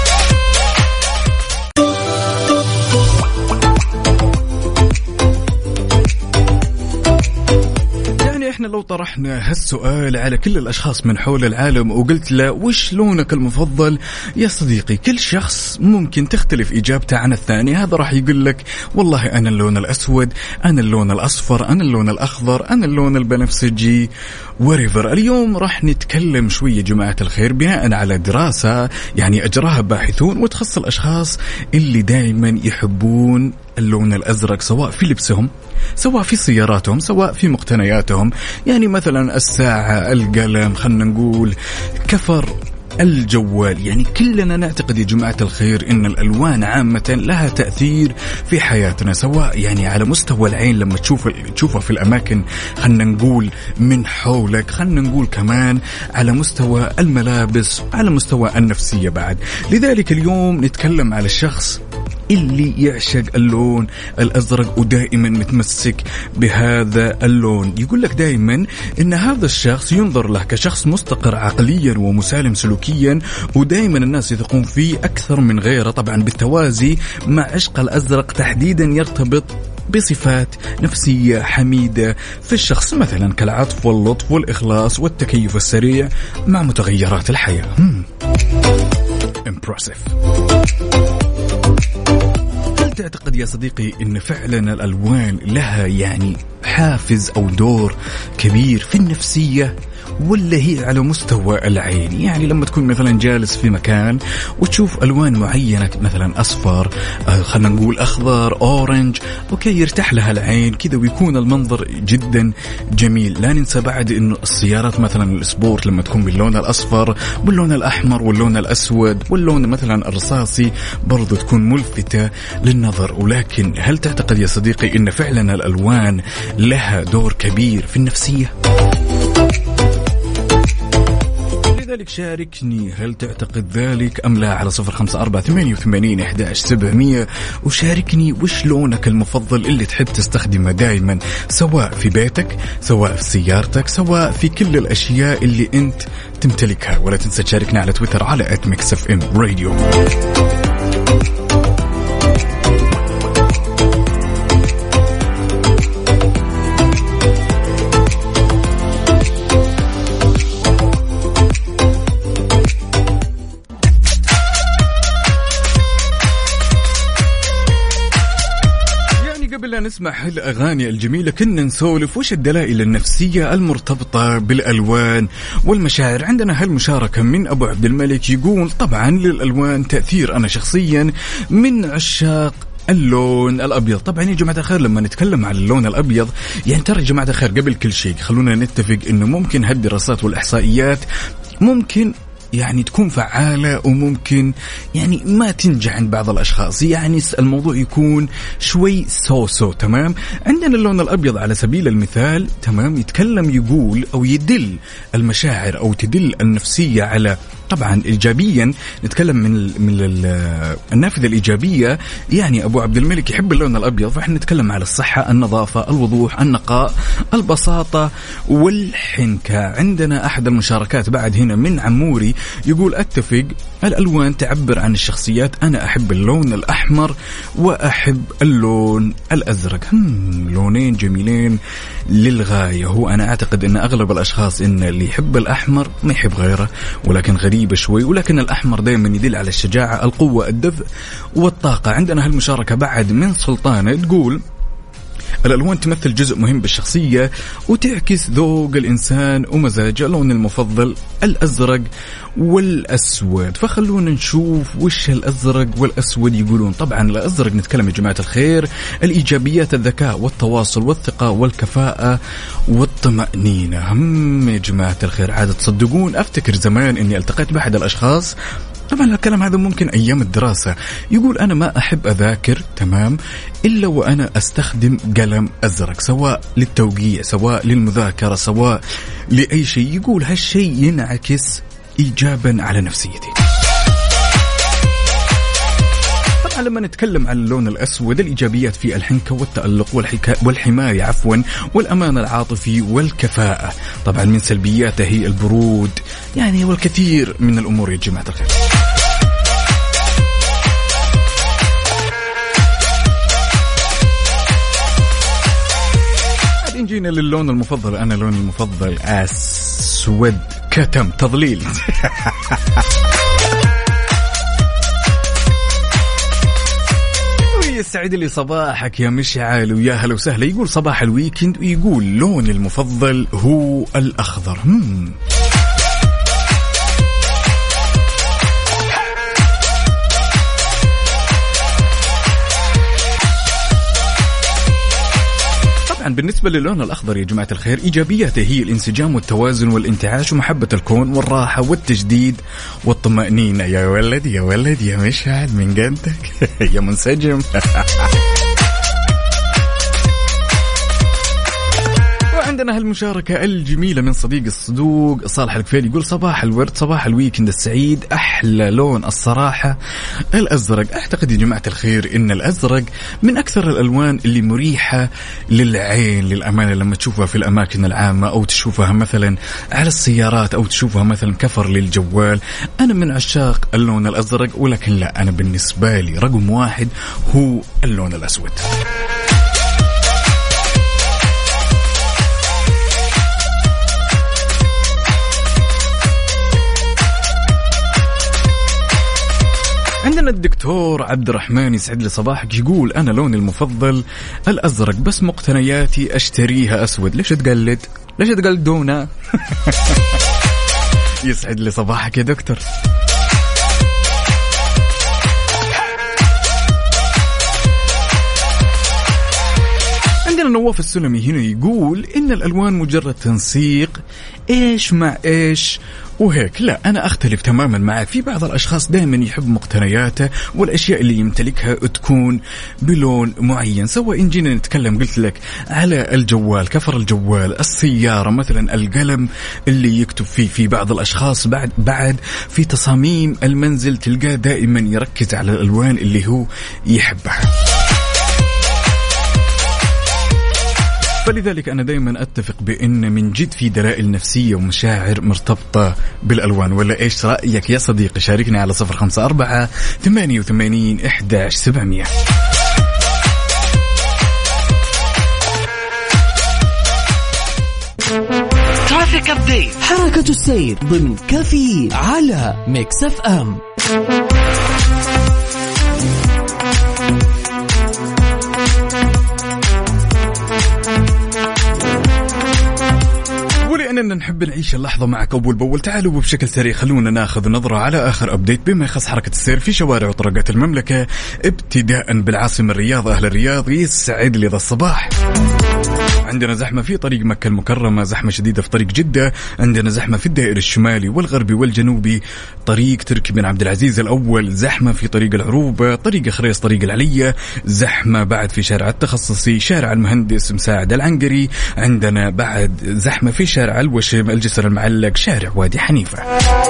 احنا لو طرحنا هالسؤال على كل الاشخاص من حول العالم وقلت له وش لونك المفضل يا صديقي، كل شخص ممكن تختلف اجابته عن الثاني. هذا راح يقول لك والله انا اللون الاسود، انا اللون الاصفر، انا اللون الاخضر، انا اللون البنفسجي وريفر. اليوم راح نتكلم شوية جماعة الخير بناء على دراسة يعني اجراها باحثون وتخص الاشخاص اللي دائما يحبون اللون الازرق، سواء في لبسهم، سواء في سياراتهم، سواء في مقتنياتهم. يعني مثلا الساعة، القلم، خلنا نقول كفر الجوال. يعني كلنا نعتقد يا جماعة الخير إن الألوان عامة لها تأثير في حياتنا، سواء يعني على مستوى العين لما تشوف تشوفها في الأماكن خلنا نقول من حولك، خلنا نقول كمان على مستوى الملابس، على مستوى النفسية بعد. لذلك اليوم نتكلم على الشخص اللي يعشق اللون الأزرق ودائما متمسك بهذا اللون. يقول لك دائما إن هذا الشخص ينظر له كشخص مستقر عقليا ومسالم سلوكيا، ودائما الناس يثقون فيه أكثر من غيره، طبعا بالتوازي مع عشق الأزرق تحديدا يرتبط بصفات نفسية حميدة في الشخص، مثلا كالعطف واللطف والإخلاص والتكيف السريع مع متغيرات الحياة. impressive. تعتقد يا صديقي إن فعلا الألوان لها يعني حافز أو دور كبير في النفسية، ولا هي على مستوى العين؟ يعني لما تكون مثلا جالس في مكان وتشوف ألوان معينة مثلا أصفر، آه خلنا نقول أخضر، أورنج، أوكي يرتاح لها العين كذا ويكون المنظر جدا جميل. لا ننسى بعد إنه السيارات مثلا السبورت لما تكون باللون الأصفر واللون الأحمر واللون الأسود واللون مثلا الرصاصي برضو تكون ملفتة للنظر. ولكن هل تعتقد يا صديقي إن فعلا الألوان لها دور كبير في النفسية؟ لذلك شاركني، هل تعتقد ذلك أم لا؟ على صفر خمسة أربعة ثمانية وثمانين أحداش سبعمية، وشاركني وش لونك المفضل اللي تحب تستخدمه دائما، سواء في بيتك، سواء في سيارتك، سواء في كل الأشياء اللي أنت تمتلكها. ولا تنسى تشاركنا على تويتر على آت ميكس اف ام راديو. قبل نسمع هالأغاني الجميلة كنا نسولف وش الدلائل النفسية المرتبطة بالألوان والمشاعر. عندنا هالمشاركة من أبو عبد الملك يقول طبعا للألوان تأثير، أنا شخصيا من عشاق اللون الأبيض. طبعا يا جماعة الخير لما نتكلم عن اللون الأبيض يعني ترى يا جماعة الخير قبل كل شيء خلونا نتفق إنه ممكن هالدراسات والإحصائيات ممكن يعني تكون فعالة وممكن يعني ما تنجح عند بعض الأشخاص، يعني الموضوع يكون شوي سوسو. تمام. عندنا اللون الأبيض على سبيل المثال، تمام، يتكلم يقول أو يدل المشاعر أو تدل النفسية على، طبعا إيجابيا نتكلم من من النافذة الإيجابية، يعني أبو عبد الملك يحب اللون الأبيض، فإحنا نتكلم على الصحة، النظافة، الوضوح، النقاء، البساطة والحنكة. عندنا أحد المشاركات بعد هنا من عموري يقول أتفق، الألوان تعبر عن الشخصيات، أنا أحب اللون الأحمر وأحب اللون الأزرق. هم لونين جميلين للغاية. هو أنا أعتقد أن أغلب الأشخاص إن اللي يحب الأحمر ما يحب غيره، ولكن غريبة شوي، ولكن الأحمر دائما يدل على الشجاعة، القوة، الدفء والطاقة. عندنا هالمشاركة بعد من سلطانة تقول الألوان تمثل جزء مهم بالشخصية وتعكس ذوق الإنسان ومزاجه. اللون المفضل الأزرق والأسود. فخلونا نشوف وش الأزرق والأسود يقولون. طبعا الأزرق نتكلم يا جماعة الخير الإيجابيات، الذكاء والتواصل والثقة والكفاءة والطمأنينة. هم يا جماعة الخير عادة تصدقون أفتكر زمان أني التقيت بأحد الأشخاص، طبعا الكلام هذا ممكن أيام الدراسة، يقول أنا ما أحب أذاكر، تمام، إلا وأنا أستخدم قلم أزرق، سواء للتوقيع، سواء للمذاكرة، سواء لأي شيء. يقول هالشيء ينعكس إيجابا على نفسيتي. طبعا لما نتكلم عن اللون الأسود، الإيجابيات في الحنكة والتألق والحماية عفوا والأمان العاطفي والكفاءة. طبعا من سلبياته هي البرود، يعني والكثير من الأمور يا جماعة الخير. بعدين جينا للون المفضل. أنا لوني المفضل أسود كتم تضليل. يسعد لي صباحك يا مشعل ويا هلا وسهلا. يقول صباح الويكند، ويقول لوني المفضل هو الأخضر. هم. بالنسبة للون الأخضر يا جماعة الخير، إيجابياته هي الانسجام والتوازن والانتعاش ومحبة الكون والراحة والتجديد والطمأنينة. يا ولد يا ولد يا مشعل من قدك يا منسجم. عندنا هالمشاركة الجميلة من صديق الصدوق صالح الكفيل. يقول صباح الورد، صباح الويكند السعيد، أحلى لون الصراحة الأزرق. أعتقد يا جماعة الخير إن الأزرق من أكثر الألوان اللي مريحة للعين للأمانة، لما تشوفها في الأماكن العامة أو تشوفها مثلا على السيارات أو تشوفها مثلا كفر للجوال. أنا من عشاق اللون الأزرق، ولكن لا، أنا بالنسبة لي رقم واحد هو اللون الأسود. عندنا الدكتور عبد الرحمن، يسعد لي صباحك، يقول أنا لوني المفضل الأزرق، بس مقتنياتي أشتريها أسود. ليش تقلد؟ ليش تقلدونا؟ يسعد لي صباحك يا دكتور. عندنا نواف السلمي هنا يقول إن الألوان مجرد تنسيق إيش مع إيش وهيك. لا، أنا أختلف تماما معك. في بعض الأشخاص دائما يحب مقتنياته والأشياء اللي يمتلكها تكون بلون معين، سواء إن جينا نتكلم قلت لك على الجوال، كفر الجوال، السيارة مثلا، القلم اللي يكتب فيه. في بعض الأشخاص بعد بعد في تصاميم المنزل تلقاه دائما يركز على الألوان اللي هو يحبها. فلذلك أنا دائما أتفق بأن من جد في دلائل نفسية ومشاعر مرتبطة بالألوان. ولا إيش رأيك يا صديقي؟ شاركني على صفر خمسة أربعة ثمانية وثمانين أحد عشر سبعمية. ترافيك أبديت، حركة السير ضمن كفي على ميكس اف ام. ولأننا نحب نعيش اللحظة معك أول بأول، تعالوا بشكل سريع خلونا ناخذ نظرة على آخر أبديت بما يخص حركة السير في شوارع وطرقات المملكة، ابتداء بالعاصمة الرياض. أهل الرياض، يسعد لي ذا الصباح. عندنا زحمة في طريق مكة المكرمة، زحمة شديدة في طريق جدة، عندنا زحمة في الدائر الشمالي والغربي والجنوبي، طريق تركي بن عبد العزيز الأول، زحمة في طريق العروبة، طريق خريص، طريق العلية، زحمة بعد في شارع التخصصي، شارع المهندس مساعد العنقري، عندنا بعد زحمة في شارع الوشم، الجسر المعلق، شارع وادي حنيفة.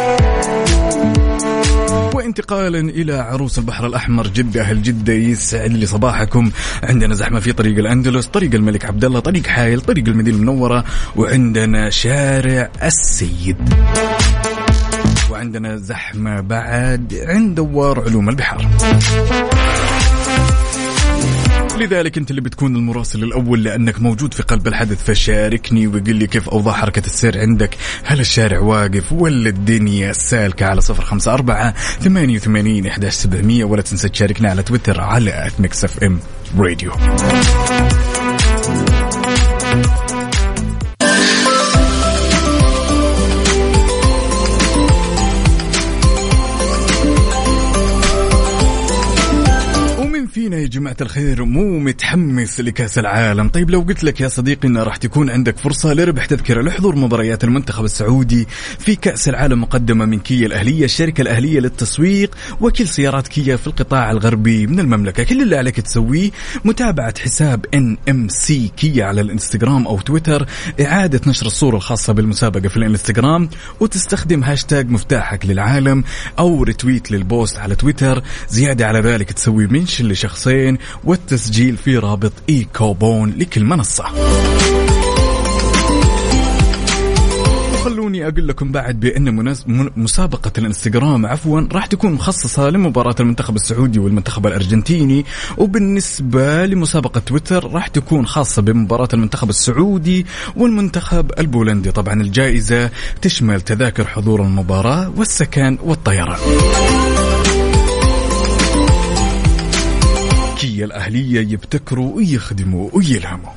وانتقالا إلى عروس البحر الأحمر جدة، أهل جدة يسعد لي صباحكم، عندنا زحمة في طريق الأندلس، طريق الملك عبدالله، طريق حائل، طريق المدينة المنورة، وعندنا شارع السيد، وعندنا زحمة بعد عند دوار علوم البحار. لذلك أنت اللي بتكون المراسل الأول لأنك موجود في قلب الحدث، فشاركني وقل لي كيف أوضاع حركة السير عندك، هل الشارع واقف ولا الدنيا سالكة؟ على صفر خمسة أربعة ثمانية وثمانين إحدى عشر سبعمية، ولا تنسى تشاركنا على تويتر على آت ميكس إف إم راديو. فينا يا جماعة الخير مو متحمس لكأس العالم؟ طيب لو قلت لك يا صديقي إن راح تكون عندك فرصة لربح تذكرة لحضور مباريات المنتخب السعودي في كأس العالم مقدمة من كيا الأهلية، الشركة الأهلية للتسويق، وكيل سيارات كيا في القطاع الغربي من المملكة. كل اللي عليك تسويه متابعة حساب إن إم سي كيا على الانستغرام أو تويتر، إعادة نشر الصورة الخاصة بالمسابقة في الانستغرام، وتستخدم هاشتاج مفتاحك للعالم أو ريتويت للبوست على تويتر. زيادة على ذلك تسوي منشن شخصين والتسجيل في رابط إيكوبون لكل منصة. وخلوني أقول لكم بعد بأن مناس... مسابقة الانستغرام عفوا راح تكون مخصصة لمباراة المنتخب السعودي والمنتخب الأرجنتيني، وبالنسبة لمسابقة تويتر راح تكون خاصة بمباراة المنتخب السعودي والمنتخب البولندي. طبعا الجائزة تشمل تذاكر حضور المباراة والسكن والطيران. كيا الأهلية يبتكروا ويخدموا ويلهموا.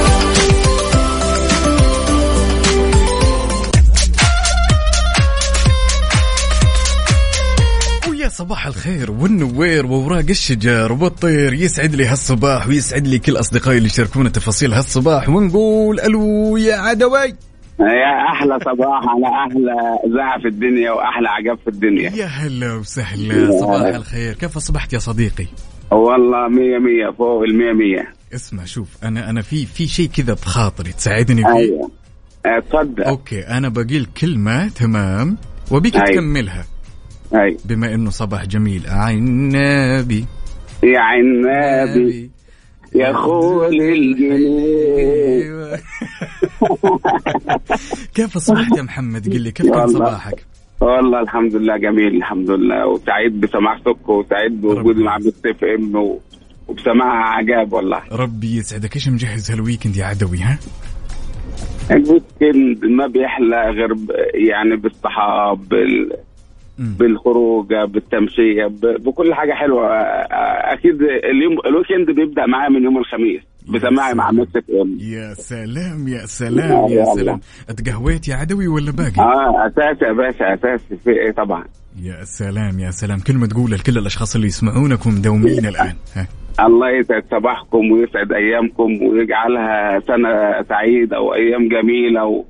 ويا صباح الخير والنوير ووراق الشجر والطير، يسعد لي هالصباح ويسعد لي كل أصدقائي اللي يشاركونا تفاصيل هالصباح، ونقول ألو يا عدوي. يا أحلى صباح على أحلى إذاعة في الدنيا وأحلى عجب في الدنيا. يا هلا وسهلا، صباح الخير، كيف أصبحت يا صديقي؟ والله مية مية فوق المية مية. اسمع شوف، أنا أنا في في شيء كذا بخاطري تساعدني فيه. أيوة اتفضل. أوكي أنا بقول كلمة تمام وبيك أيوة. تكملها. أيوة. بما إنه صباح جميل. عنابي يا عنابي يا خول الجنيه. كيف صبحت يا محمد؟ قل لي كيف كان صباحك؟ والله الحمد لله جميل الحمد لله، وسعيد بسماع صوتك وسعيد بوجودي مع بيت اف ام وبسماع عجاب والله. ربي يسعدك. ايش مجهز هالويكند يا عدوي؟ ها الويكند ما بيحلى غير يعني بالصحاب بال... بالخروج بالتمشية بكل حاجة حلوة. أكيد اليوم الويكند بيبدأ معايا من يوم الخميس بسماعي مع ميكس إف إم. يا سلام يا سلام يا سلام. اتقهويت يا عدوي ولا باقي؟ اه اساسي يا باشا اساسي في ايه طبعا. يا سلام يا سلام. كلمة تقولها لكل الاشخاص اللي يسمعونك ومداومين الان. ها. الله يسعد صباحكم ويسعد ايامكم ويجعلها سنة سعيدة وايام جميلة و...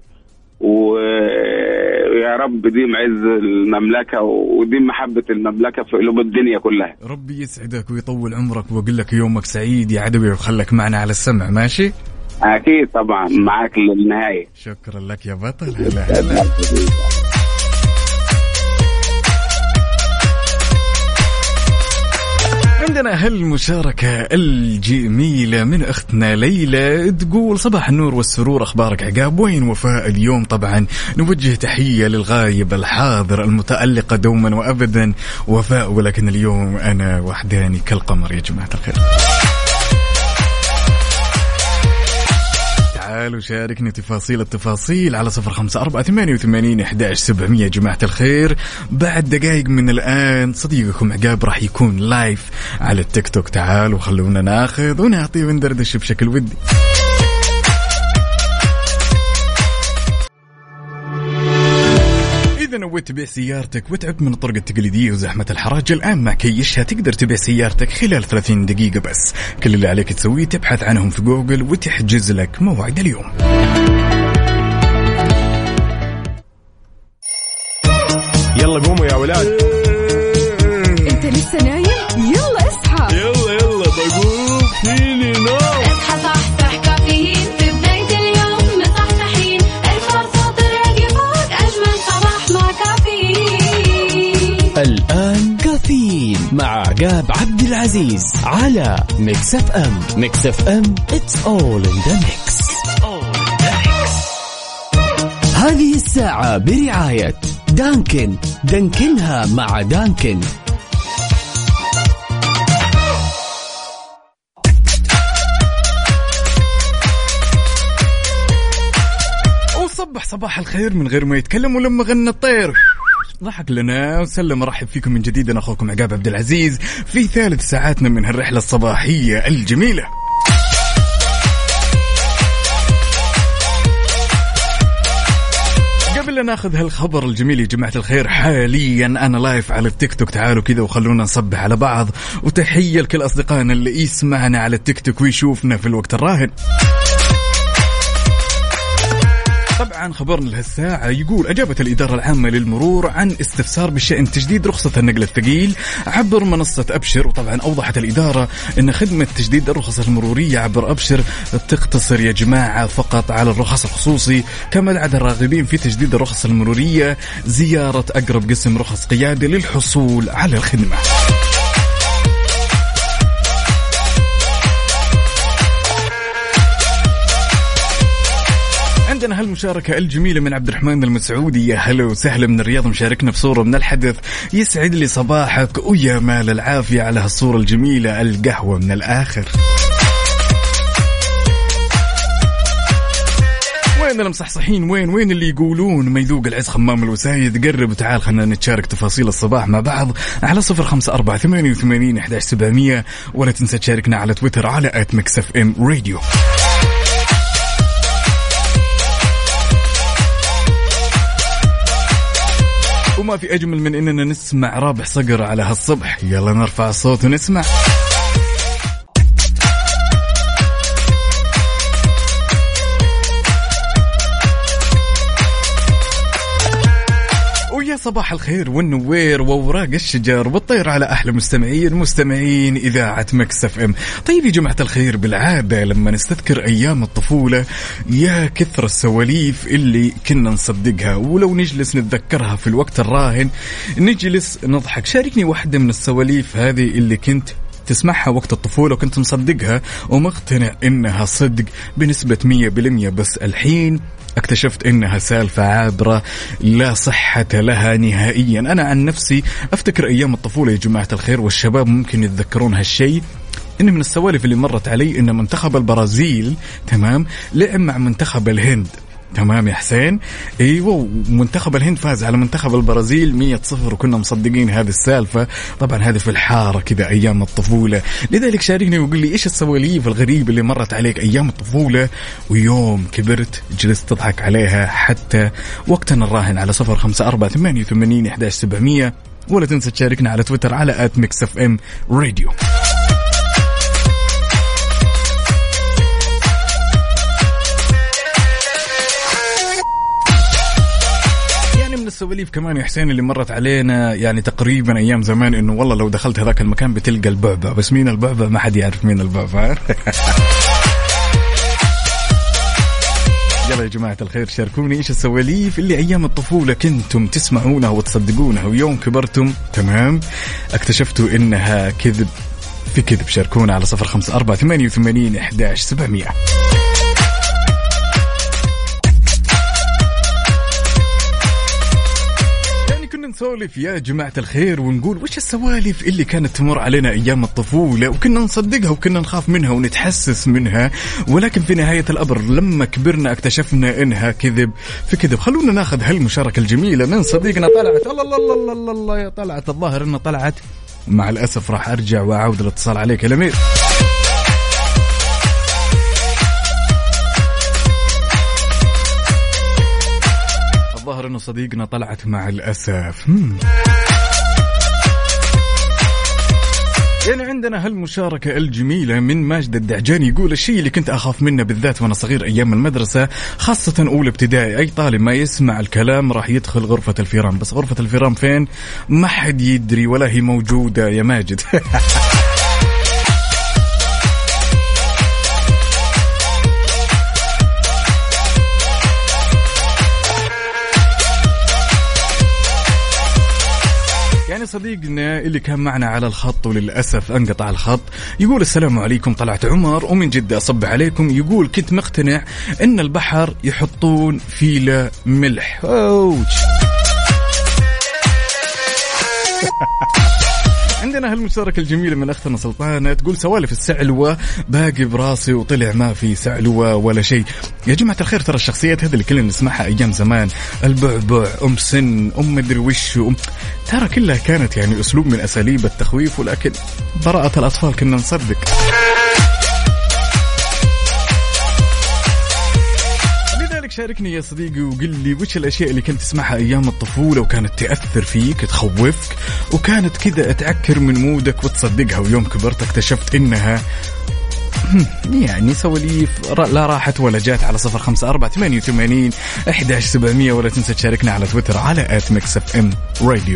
ويا رب ديم عز المملكة وديم محبة المملكة في قلوب الدنيا كلها. ربي يسعدك ويطول عمرك وأقول لك يومك سعيد يا عدوي، وخلك معنا على السمع. ماشي أكيد طبعا معك للنهاية. شكرا لك يا بطل. هلا هلا. عندنا هالمشاركة الجميلة من أختنا ليلى، تقول صباح النور والسرور، أخبارك عقاب؟ وين وفاء اليوم؟ طبعا نوجه تحية للغايب الحاضر المتألقة دوما وأبدا وفاء، ولكن اليوم أنا وحداني كالقمر يا جماعة الخير. تعالوا شاركني تفاصيل التفاصيل على صفر خمسة أربعة ثمانية وثمانين إحدى عشر سبعمية. جماعة الخير بعد دقائق من الآن صديقكم عقاب راح يكون لايف على التيك توك. تعالوا خلونا ناخذ ونعطي وندردش بشكل ودي. إذا نويت تبيع سيارتك وتعبت من الطرق التقليدية وزحمة الحراج، الآن مع كيشها تقدر تبيع سيارتك خلال ثلاثين دقيقة بس. كل اللي عليك تسويه تبحث عنهم في جوجل وتحجز لك موعد اليوم. يلا قوموا يا ولاد. انت لسه نايم؟ يلا اصحى. يلا يلا بقوم فيني نوم. اصحى صحصح كافيين في بداية اليوم مصحصحين، الفرصة تراقي فوق أجمل صباح مع كافيين. الآن كافيين مع عقاب عبد العزيز على ميكس اف ام. ميكس اف ام it's all in the mix. هذه الساعة برعاية دانكن. دانكنها مع دانكن. وصبح صباح الخير من غير ما يتكلم، ولما غنى الطير ضحك لنا وسلم. رحب فيكم من جديد، أنا أخوكم عقاب عبد العزيز في ثالث ساعاتنا من هالرحلة الصباحية الجميلة. قبل لا ناخذ هالخبر الجميل يا جماعة الخير، حاليا أنا لايف على التيك توك، تعالوا كذا وخلونا نصبح على بعض، وتحية لكل أصدقائنا اللي يسمعنا على التيك توك ويشوفنا في الوقت الراهن. طبعا خبرنا لهالساعة يقول أجابت الإدارة العامة للمرور عن استفسار بشأن تجديد رخصة النقل الثقيل عبر منصة أبشر. وطبعا أوضحت الإدارة أن خدمة تجديد الرخص المرورية عبر أبشر تقتصر يا جماعة فقط على الرخص الخصوصي، كما دعت الراغبين في تجديد الرخص المرورية زيارة أقرب قسم رخص قيادة للحصول على الخدمة. عندنا هالمشاركة الجميلة من عبد الرحمن المسعودي، يا هلا وسهلا من الرياض، مشاركنا بصورة من الحدث. يسعد لي صباحك ويا مال العافية على هالصورة الجميلة، القهوة من الآخر. وين المصحصحين؟ وين وين اللي يقولون ما يذوق العز خمام الوسايد؟ قرب وتعال خلنا نتشارك تفاصيل الصباح مع بعض على صفر خمسة أربعة ثمانية وثمانين أحد عشر سبعمية، ولا تنسى تشاركنا على تويتر على آت ميكس اف ام راديو. وما في أجمل من إننا نسمع رابح صقر على هالصبح. يلا نرفع الصوت ونسمع. ويا صباح الخير والنوير ووراق الشجر والطير على أحلى مستمعين مستمعين إذاعة ميكس اف ام. طيب يا جماعة الخير، بالعادة لما نستذكر أيام الطفولة يا كثر السواليف اللي كنا نصدقها، ولو نجلس نتذكرها في الوقت الراهن نجلس نضحك. شاركني واحدة من السواليف هذه اللي كنت تسمعها وقت الطفولة وكنت مصدقها ومقتنع إنها صدق بنسبة مية بالمية، بس الحين اكتشفت إنها سالفة عابرة لا صحة لها نهائيا. أنا عن نفسي أفتكر أيام الطفولة يا جماعة الخير، والشباب ممكن يتذكرون هالشيء، إن من السوالف اللي مرت علي إن منتخب البرازيل تمام لعب مع منتخب الهند. تمام يا حسين؟ ايوه، منتخب الهند فاز على منتخب البرازيل مية صفر، وكنا مصدقين هذه السالفة. طبعا هذه في الحارة كذا ايام الطفولة. لذلك شاركني وقول لي ايش السواليف الغريبة اللي مرت عليك ايام الطفولة ويوم كبرت جلست تضحك عليها حتى وقتنا الراهن على صفر خمسة أربعة ثمانية وثمانين أحد عشر سبعمية، ولا تنسى تشاركنا على تويتر على آت ميكس اف ام راديو. من السواليف كمان يا حسين اللي مرت علينا يعني تقريبا ايام زمان، انه والله لو دخلت هذاك المكان بتلقى البعبع، بس مين البعبع ما حد يعرف مين البعبع. يلا يا جماعة الخير شاركوني ايش السواليف اللي ايام الطفولة كنتم تسمعونها وتصدقونها ويوم كبرتم تمام اكتشفتوا انها كذب في كذب. شاركونا على صفر خمسة أربعة ثمانية وثمانين أحد عشر سبعمية. نسولف يا جماعة الخير ونقول وش السوالف اللي كانت تمر علينا أيام الطفولة وكنا نصدقها وكنا نخاف منها ونتحسس منها، ولكن في نهاية الأمر لما كبرنا اكتشفنا إنها كذب في كذب. خلونا ناخذ هالمشاركة الجميلة من صديقنا طلعت. الله الله الله الله الله يا طلعت، الظاهر إنه طلعت مع الأسف راح أرجع وأعود الاتصال عليك يا الأمير. الظاهر الظاهر انه صديقنا طلعت مع الاسف. مم. يعني عندنا هالمشاركة الجميلة من ماجد الدعجاني، يقول الشيء اللي كنت أخاف منه بالذات وأنا صغير أيام المدرسة خاصة أولى ابتدائي، أي طالب ما يسمع الكلام راح يدخل غرفة الفيران. بس غرفة الفيران فين؟ ما حد يدري ولا هي موجودة يا ماجد. يعني صديقنا اللي كان معنا على الخط وللأسف انقطع الخط، يقول السلام عليكم، طلعت عمر ومن جدة أصب عليكم. يقول كنت مقتنع ان البحر يحطون فيله ملح. أوش. عندنا هالمشاركة الجميلة من أختنا سلطانة، تقول سوالف السعلوة باقي براسي وطلع ما في سعلوة ولا شيء. يا جماعة الخير ترى الشخصيات هذه اللي كلنا نسمعها أيام زمان، البعبع، أم سن، أم مدري وش، أم... ترى كلها كانت يعني أسلوب من أساليب التخويف، ولكن براءة الأطفال كنا نصدق. شاركني يا صديقي وقل لي وش الأشياء اللي كنت تسمعها أيام الطفولة وكانت تأثر فيك تخوفك وكانت كده تعكر من مودك وتصدقها، ويوم كبرت اكتشفت إنها يعني سواليف لا راحت ولا جات. على صفر خمسة أربعة ثمانية وثمانين أحد عشر سبعمية، ولا تنسى تشاركنا على تويتر على آت ميكس اف ام راديو.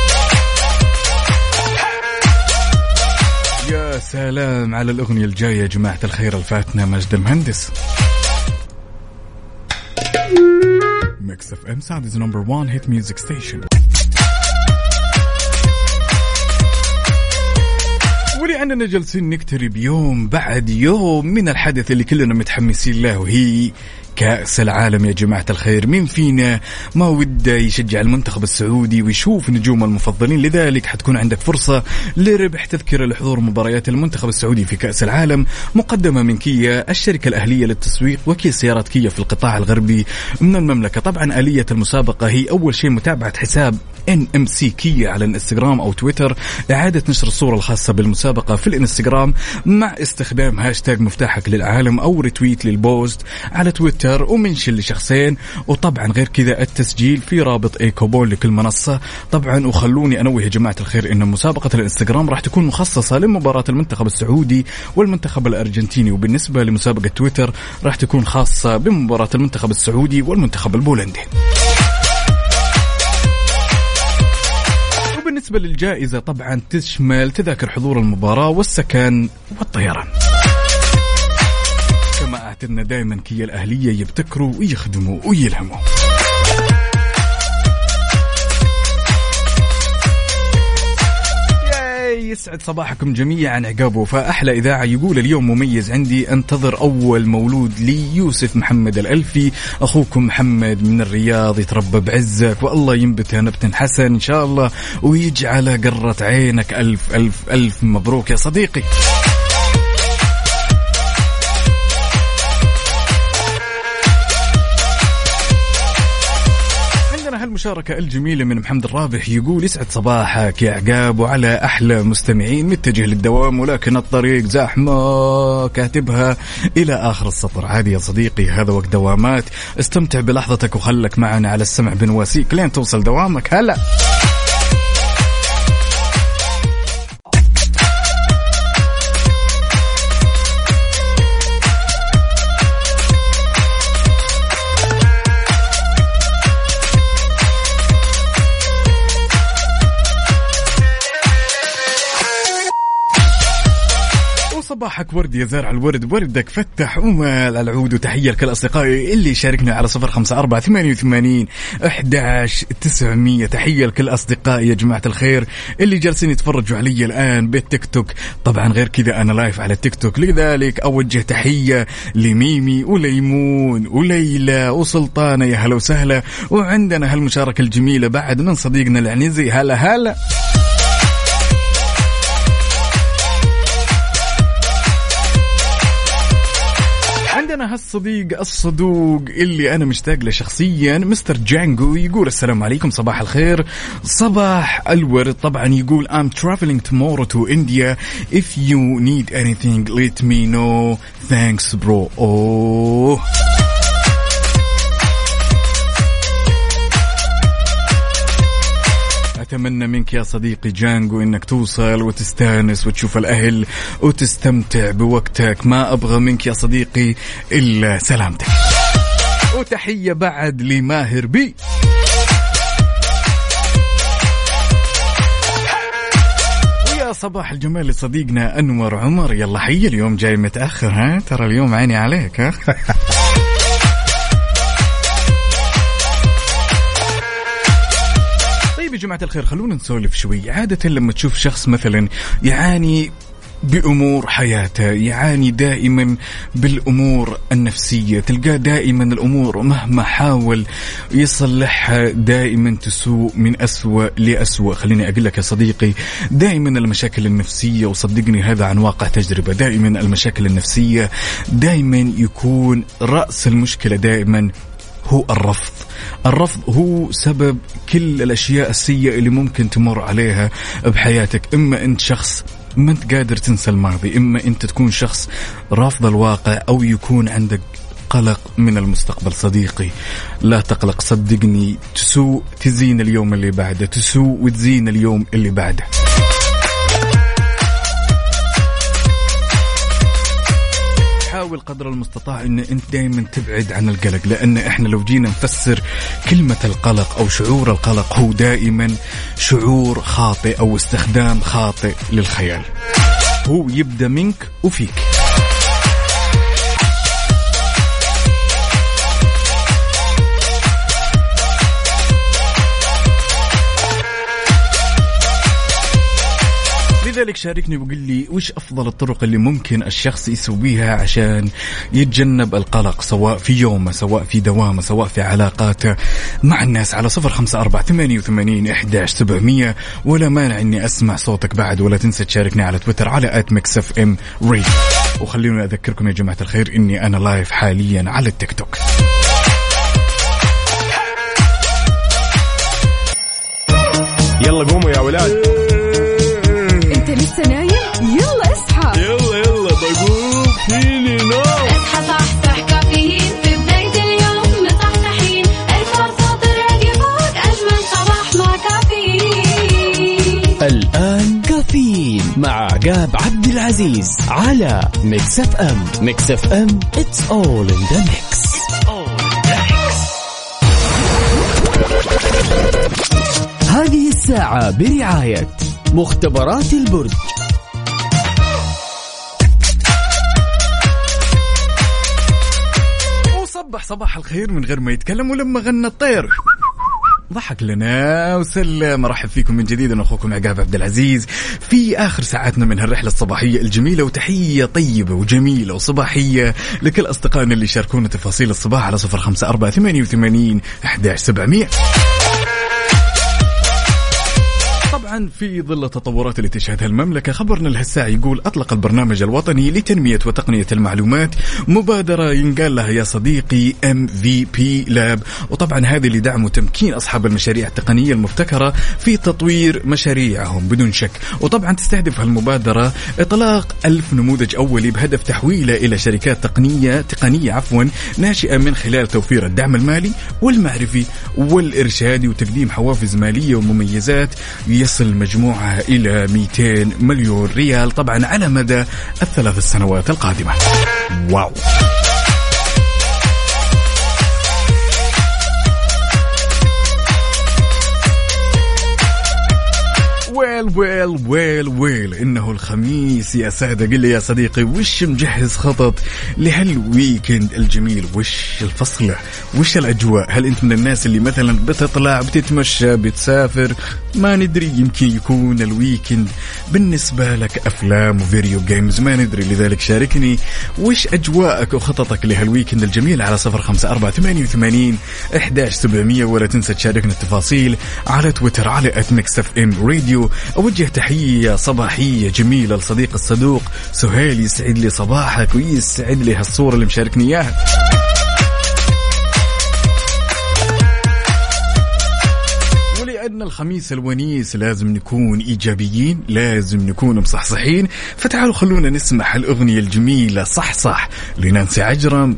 يا سلام على الأغنية الجاية يا جماعة الخير، الفاتنة مجد المهندس. Mix اف ام Saudi's number one hit music station. ولأننا جالسين نقترب يوم بعد يوم من الحدث اللي كلنا متحمسين له، وهي كأس العالم. يا جماعة الخير مين فينا ما وده يشجع المنتخب السعودي ويشوف نجوم المفضلين؟ لذلك حتكون عندك فرصة لربح تذكرة لحضور مباريات المنتخب السعودي في كأس العالم، مقدمة من كيا الشركة الأهلية للتسويق وكيل سيارات كيا في القطاع الغربي من المملكة. طبعا آلية المسابقة هي أول شيء متابعة حساب إن إم سي كيا على الانستغرام أو تويتر، إعادة نشر الصورة الخاصة بالمسابقة في الانستغرام مع استخدام هاشتاج مفتاحك للعالم أو ريتويت للبوست على تويتر ومنشن لشخصين. وطبعا غير كذا التسجيل في رابط ايكوبون لكل منصة. طبعا وخلوني أنوه يا جماعة الخير إن مسابقة الانستغرام راح تكون مخصصة لمباراة المنتخب السعودي والمنتخب الأرجنتيني، وبالنسبة لمسابقة تويتر راح تكون خاصة بمباراة المنتخب السعودي والمنتخب البولندي. وبالنسبة للجائزة طبعا تشمل تذاكر حضور المباراة والسكن والطيران. كما اعتدنا دائما كيا الأهلية يبتكروا ويخدموا ويلهموا. يسعد صباحكم جميعا عقاب وفاء أحلى إذاعة. يقول اليوم مميز عندي، انتظر أول مولود لي يوسف محمد الألفي، أخوكم محمد من الرياض، يتربى بعزك والله ينبته نبت حسن إن شاء الله ويجعل قرة عينك. ألف ألف ألف مبروك يا صديقي. هالمشاركة الجميلة من محمد الرابح، يقول يسعد صباحك يا عقاب وعلى أحلى مستمعين، متجه للدوام ولكن الطريق زحمة، كاتبها إلى آخر السطر. عادي يا صديقي، هذا وقت دوامات، استمتع بلحظتك وخلك معنا على السمع بنواسيك لين توصل دوامك. هلا صباحك ورد يا زارع الورد، وردك فتح ومال العود. وتحية لكل أصدقائي اللي شاركنا على صفر خمسة أربعة ثمانية وثمانين أحد عشر تسعمية. تحية لكل أصدقائي يا جماعة الخير اللي جالسين يتفرجوا علي الآن بالتيك توك. طبعا غير كذا أنا لايف على التيك توك، لذلك أوجه تحية لميمي وليمون وليلى وسلطانة، يا هلا وسهلا. وعندنا هالمشاركة الجميلة بعد من صديقنا العنيزي، هلا هلا. عندنا هالصديق الصدوق اللي أنا مشتاق له شخصيا، مستر جانجو، يقول السلام عليكم صباح الخير صباح الورد. طبعا يقول I'm traveling tomorrow to India, if you need anything let me know, thanks bro. oh أتمنى منك يا صديقي جانجو إنك توصل وتستانس وتشوف الأهل وتستمتع بوقتك. ما أبغى منك يا صديقي إلا سلامتك. وتحية بعد لماهر بي. ويا صباح الجمال لصديقنا أنور عمر. يلا حي اليوم جاي متأخر ها، ترى اليوم عيني عليك ها. طيب يا جماعة الخير، خلونا نسولف شوي. عادة لما تشوف شخص مثلا يعاني بأمور حياته، يعاني دائما بالأمور النفسية، تلقاه دائما الأمور مهما حاول يصلحها دائما تسوء من أسوأ لأسوأ. خليني أقول لك يا صديقي، دائما المشاكل النفسية، وصدقني هذا عن واقع تجربة، دائما المشاكل النفسية دائما يكون رأس المشكلة دائما هو الرفض. الرفض هو سبب كل الأشياء السيئة اللي ممكن تمر عليها بحياتك. إما أنت شخص ما أنت قادر تنسى الماضي، إما أنت تكون شخص رافض الواقع، أو يكون عندك قلق من المستقبل. صديقي لا تقلق، صدقني تسوء تزين اليوم اللي بعده، تسوء وتزين اليوم اللي بعده. حاول قدر المستطاع ان انت دائما تبعد عن القلق، لان احنا لو جينا نفسر كلمة القلق او شعور القلق، هو دائما شعور خاطئ او استخدام خاطئ للخيال. هو يبدأ منك وفيك. لذلك شاركني وقل لي وش أفضل الطرق اللي ممكن الشخص يسويها عشان يتجنب القلق، سواء في يومه، سواء في دوامه، سواء في علاقاته مع الناس. على صفر خمسة أربعة ثمانية وثمانين أحد عشر سبعمية. ولا مانع إني أسمع صوتك بعد. ولا تنسى تشاركني على تويتر على آت ميكس إف إم راديو. وخلينا أذكركم يا جماعة الخير إني أنا لايف حاليا على التيك توك. يلا قوموا يا ولاد. انت لسه نايم؟ يلا اصحى. يلا يلا بقوم فيني نوم. اصحى صحصح كافيين في بداية اليوم مصحصحين. الفرصة تراقي فوق أجمل صباح مع كافيين. الآن كافيين مع عقاب عبد العزيز على ميكس اف ام. ميكس اف ام it's all in the mix. هذه الساعة برعاية مختبرات البرج. وصبح صباح الخير من غير ما يتكلم، ولما غنى الطير ضحك لنا وسلم. مرحب فيكم من جديد، أنا أخوكم عقاب عبد العزيز في آخر ساعاتنا من هالرحلة الصباحية الجميلة. وتحية طيبة وجميلة وصباحية لكل أصدقائنا اللي شاركونا تفاصيل الصباح على صفر خمسة أربعة ثمانية وثمانين أحد عشر سبعمية. طبعا في ظل التطورات اللي تشهدها المملكة، خبرنا لهالساعة يقول أطلق البرنامج الوطني لتنمية وتقنية المعلومات مبادرة ينقال لها يا صديقي إم في بي لاب. وطبعا هذه لدعم وتمكين أصحاب المشاريع التقنية المبتكرة في تطوير مشاريعهم بدون شك. وطبعا تستهدف هالمبادرة إطلاق ألف نموذج أولي بهدف تحويله إلى شركات تقنية تقنية عفوا ناشئة من خلال توفير الدعم المالي والمعرفي والإرشادي وتقديم حوافز مالية ومميزات يصل مجموعها إلى مئتين مليون ريال طبعا على مدى الثلاث السنوات القادمة. واو. ويل ويل ويل ويل إنه الخميس يا سادة. قل لي يا صديقي وش مجهز خطط لهالويكند الجميل؟ وش الفصلة؟ وش الأجواء؟ هل أنت من الناس اللي مثلا بتطلع بتتمشى بتسافر؟ ما ندري، يمكن يكون الويكند بالنسبة لك أفلام وفيديو جيمز، ما ندري. لذلك شاركني وش أجواءك وخططك لهالويكند الجميل على صفر خمسة أربعة ثمانية وثمانين أحد عشر سبعمية. ولا تنسى تشاركنا التفاصيل على تويتر على آت ميكس إف إم راديو. أوجه تحية صباحية جميلة لصديق الصدوق سهيل، يسعد لي صباحك ويسعد لي هالصورة اللي مشاركني إياها. ولأن الخميس الونيس لازم نكون إيجابيين، لازم نكون مصحصحين، فتعالوا خلونا نسمع الأغنية الجميلة صح صح لنانسي عجرم.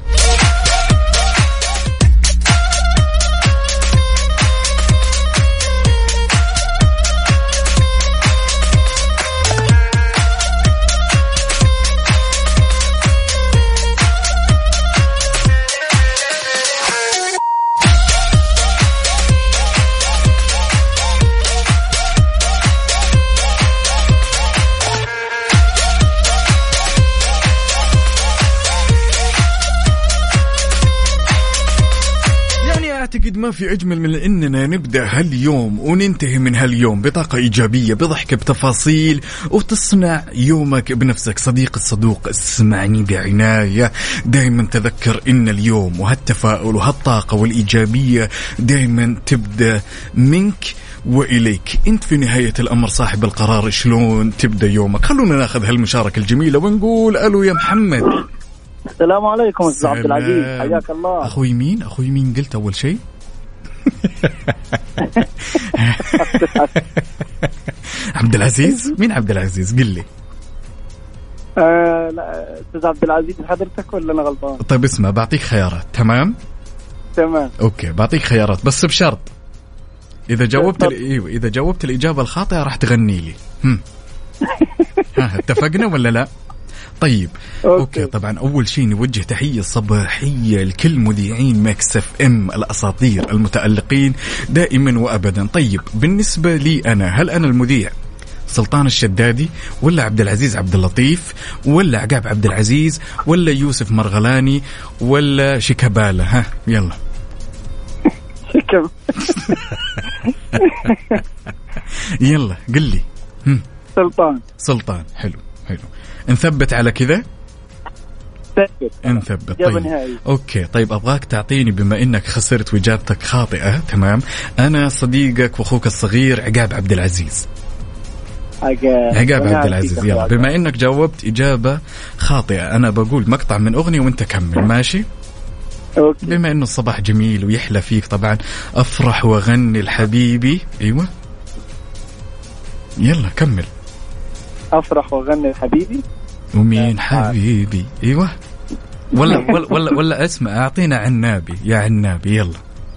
ما في أجمل من إننا نبدأ هاليوم وننتهي من هاليوم بطاقة إيجابية، بضحك، بتفاصيل، وتصنع يومك بنفسك. صديق الصدوق، اسمعني بعناية، دايما تذكر إن اليوم وهالتفاؤل وهالطاقة والإيجابية دايما تبدأ منك وإليك. أنت في نهاية الأمر صاحب القرار شلون تبدأ يومك. خلونا ناخذ هالمشاركة الجميلة ونقول ألو يا محمد. السلام عليكم أستاذ عبد العزيز، حياك الله. أخوي مين؟ أخوي مين قلت أول شيء؟ عبد العزيز. مين عبد العزيز؟ قل لي. آه لا أستاذ عبد العزيز حضرتك ولا أنا غلطان؟ طيب اسمع، بعطيك خيارات. تمام تمام أوكي، بعطيك خيارات بس بشرط إذا جاوبت ال... إيوه إذا جاوبت الإجابة الخاطئة راح تغني لي. هم. ها اتفقنا ولا لا؟ طيب أوكي. أوكي طبعا أول شيء نوجه تحية صباحية لكل مذيعين ميكس اف ام الأساطير المتألقين دائما وأبدا. طيب بالنسبة لي أنا، هل أنا المذيع سلطان الشدادي ولا عبد العزيز عبد اللطيف ولا عقاب عبد العزيز ولا يوسف مرغلاني ولا شيكابالا؟ ها يلا. يلا قل لي. سلطان. سلطان. حلو حلو، نثبت على كذا. نثبت. طيب اوكي طيب ابغاك تعطيني، بما انك خسرت واجابتك خاطئة، تمام، انا صديقك واخوك الصغير عقاب عبد العزيز. عقاب عبد العزيز. يلا بما انك جاوبت اجابة خاطئة انا بقول مقطع من اغنية وانت كمل، ماشي؟ أوكي. بما انه الصباح جميل ويحلى فيك طبعا، افرح واغني الحبيبي. ايوه يلا كمل. افرح واغني الحبيبي. ومين حبيبي؟ ايوه ولا ولا ولا, ولا اسمع، اعطينا عنابي يا عنابي. يلا.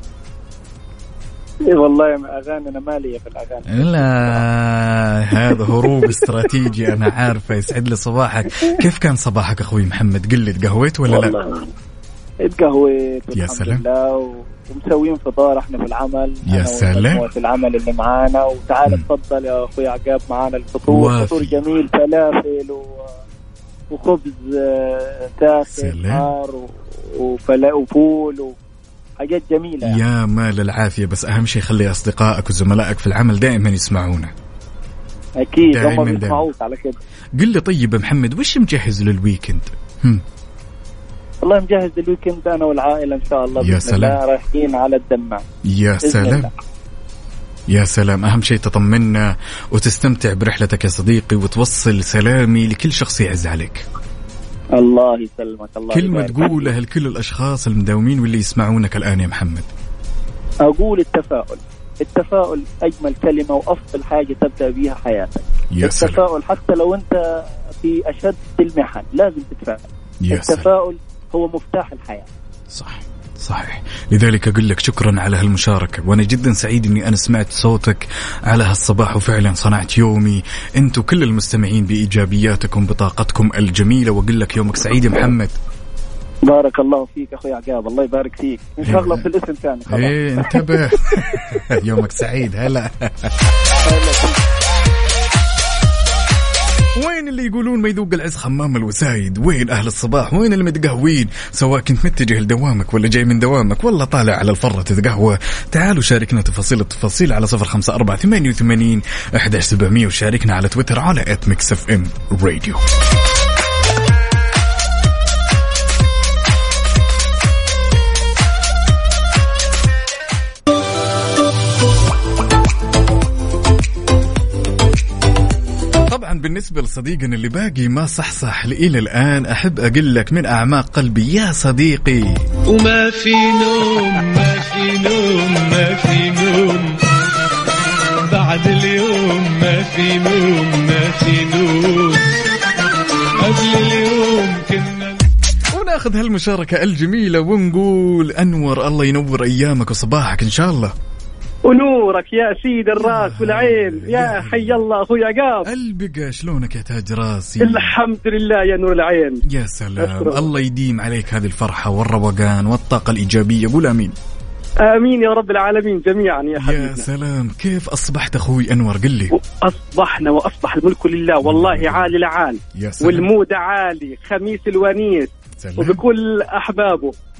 إيه والله يا اغاني انا ماليه في الاغاني. لا هذا هروب استراتيجي انا عارفه. يسعد لي صباحك. كيف كان صباحك اخوي محمد؟ قل لي تقهويت ولا لا؟ اتقهويت يا سلام. ومسوين فطار احنا في العمل. يا سلام. في العمل اللي معانا، وتعال تفضل يا اخوي عقاب معانا الفطور. فطور جميل، فلافل و... وخبز تافه نار وفلا وفول وحاجات جميلة يعني. يا مال العافية. بس أهم شيء خلي أصدقائك وزملائك في العمل دائما يسمعونا. أكيد هم بيسمعوك على كده. قل لي طيب محمد، وش مجهز للويكند؟ هم. والله مجهز للويكند أنا والعائلة إن شاء الله. يا سلام. رايحين على الدمام. يا سلام الله. يا سلام. أهم شيء تطمنا وتستمتع برحلتك يا صديقي، وتوصل سلامي لكل شخص يعز عليك. الله يسلمك. الله كلمة تقولها لكل الأشخاص المداومين واللي يسمعونك الآن يا محمد. أقول التفاؤل. التفاؤل أجمل كلمة وأفضل حاجة تبدأ بها حياتك. يا التفاؤل سلام. حتى لو أنت في أشد المحن لازم تتفائل. التفاؤل هو مفتاح الحياة. صح صحيح. لذلك أقول لك شكرا على هالمشاركة، وأنا جدا سعيد أني أنا سمعت صوتك على هالصباح، وفعلا صنعت يومي أنتوا كل المستمعين بإيجابياتكم بطاقتكم الجميلة. وأقول لك يومك سعيد يا محمد. بارك الله فيك أخوي عقاب، الله يبارك فيك. إن شاء الله في الاسم ثاني. إيه انتبه. يومك سعيد. هلا. وين اللي يقولون ما يذوق العز خمام الوسايد؟ وين أهل الصباح؟ وين اللي متقهوين؟ سواء كنت متجه لدوامك ولا جاي من دوامك ولا طالع على الفرة تتقهوى، تعالوا شاركنا تفاصيل التفاصيل على صفر خمسة أربعة ثمانية وثمانين أحد عشر سبعمية، وشاركنا على تويتر على آت ميكس اف ام راديو. بالنسبة لصديقنا اللي باقي ما صحصح لإلى الآن، أحب أقول لك من أعماق قلبي يا صديقي، وما في نوم ما في نوم ما في نوم بعد اليوم، ما في نوم ما في نوم قبل اليوم كنا. وناخذ هالمشاركة الجميلة ونقول أنور الله ينور أيامك وصباحك إن شاء الله. ونورك يا سيد الراس والعين يا حي الله أخوي عقاب. البقى شلونك يا تاج راسي؟ الحمد لله يا نور العين. يا سلام. الله يديم عليك هذه الفرحة والروقان والطاقة الإيجابية. قول آمين. آمين يا رب العالمين جميعا يا حبيبنا. يا سلام. كيف أصبحت أخوي أنور؟ قل لي. أصبحنا وأصبح الملك لله والله عالي العال والمود عالي. خميس الونيس سلام. وبكل أحبابه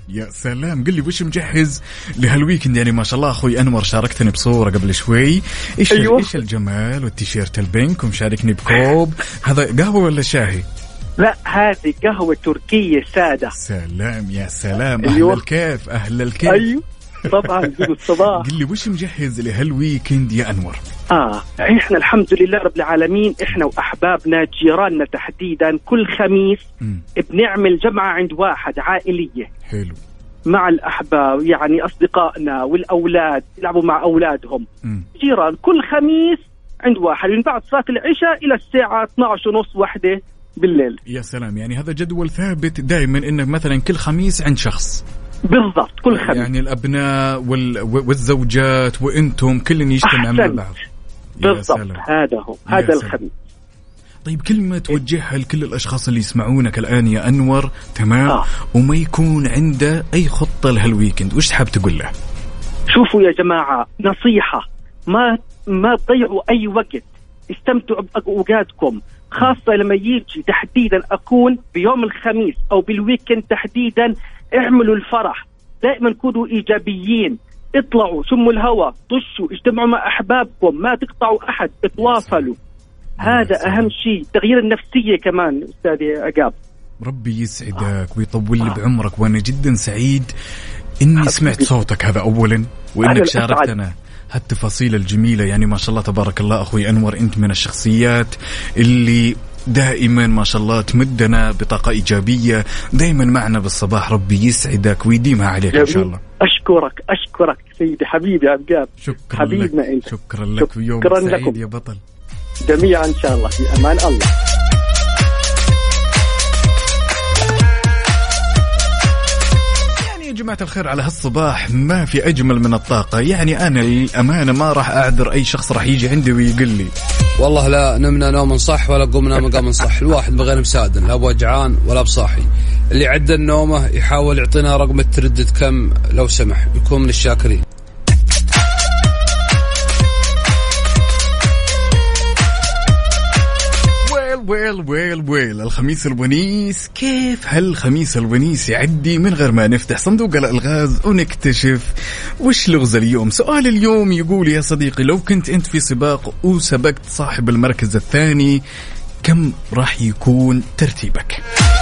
يا سلام، قل لي وش مجهز لهالويكند؟ يعني ما شاء الله أخوي أنور شاركتني بصورة قبل شوي. إيش أيوة. إيش الجمال والتيشيرت البينك ومشاركني بكوب. هذا قهوة ولا شاهي؟ لا هذه قهوة تركية سادة. سلام يا سلام. أهل الكيف أهل الكيف. أيوه طبعا بالصباح. قل لي وش مجهز لهالويكند يا أنور؟ آه إحنا الحمد لله رب العالمين، إحنا وأحبابنا جيراننا تحديدا كل خميس م. بنعمل جمعة عند واحد عائلية. حلو. مع الأحباب يعني أصدقائنا والأولاد يلعبوا مع أولادهم. م. جيران كل خميس عند واحد من بعد صلاة العشاء إلى الساعة اثنتي عشرة ونص واحدة بالليل. يا سلام، يعني هذا جدول ثابت دائما إنك مثلا كل خميس عند شخص. بالضبط كل خميس. يعني الأبناء وال... والزوجات وإنتم كلن يجتمع مع بعض. بالضبط هذا هو هذا الخميس. طيب كلمة توجهها لكل الأشخاص اللي يسمعونك الآن يا أنور، تمام آه. وما يكون عنده أي خطة لهالويكند، وش حاب تقول له؟ شوفوا يا جماعة، نصيحة، ما ما تضيعوا أي وقت، استمتعوا بأوقاتكم، خاصة لما يجي تحديدا أكون بيوم الخميس أو بالويكند تحديدا. اعملوا الفرح، دائما كونوا إيجابيين، اطلعوا شموا الهواء، طشوا، اجتمعوا مع أحبابكم، ما تقطعوا أحد، اتواصلوا. هذا أهم شيء، تغيير النفسية كمان أستاذي عقاب. ربي يسعدك ويطول لي بعمرك، وأنا جدا سعيد إني سمعت صوتك هذا أولا، وإنك شاركتنا هالتفاصيل الجميلة. يعني ما شاء الله تبارك الله أخوي أنور، أنت من الشخصيات اللي دائما ما شاء الله تمدنا بطاقة إيجابية، دائما معنا بالصباح. ربي يسعدك ويديمها عليك إن شاء الله. أشكرك أشكرك سيدي حبيبي عقاب. شكرا حبيبنا لك. أنت. شكرا لك ويوم سعيد لكم يا بطل. جميعا إن شاء الله في أمان الله. يا جماعة الخير، على هالصباح ما في أجمل من الطاقة. يعني أنا الأمانة ما راح أعذر أي شخص راح يجي عندي ويقول لي والله لا نمنا نوم صح ولا قمنا مقام صح. الواحد بغير مساعد، لا بوجعان ولا بصاحي. اللي عدى النومه يحاول يعطينا رقم التردد كم لو سمح، يكون من الشاكرين. ويل ويل ويل الخميس الونيس. كيف هالخميس الونيس يعدي من غير ما نفتح صندوق الألغاز ونكتشف وش لغز اليوم؟ سؤال اليوم يقول يا صديقي، لو كنت أنت في سباق وسبقت صاحب المركز الثاني كم راح يكون ترتيبك؟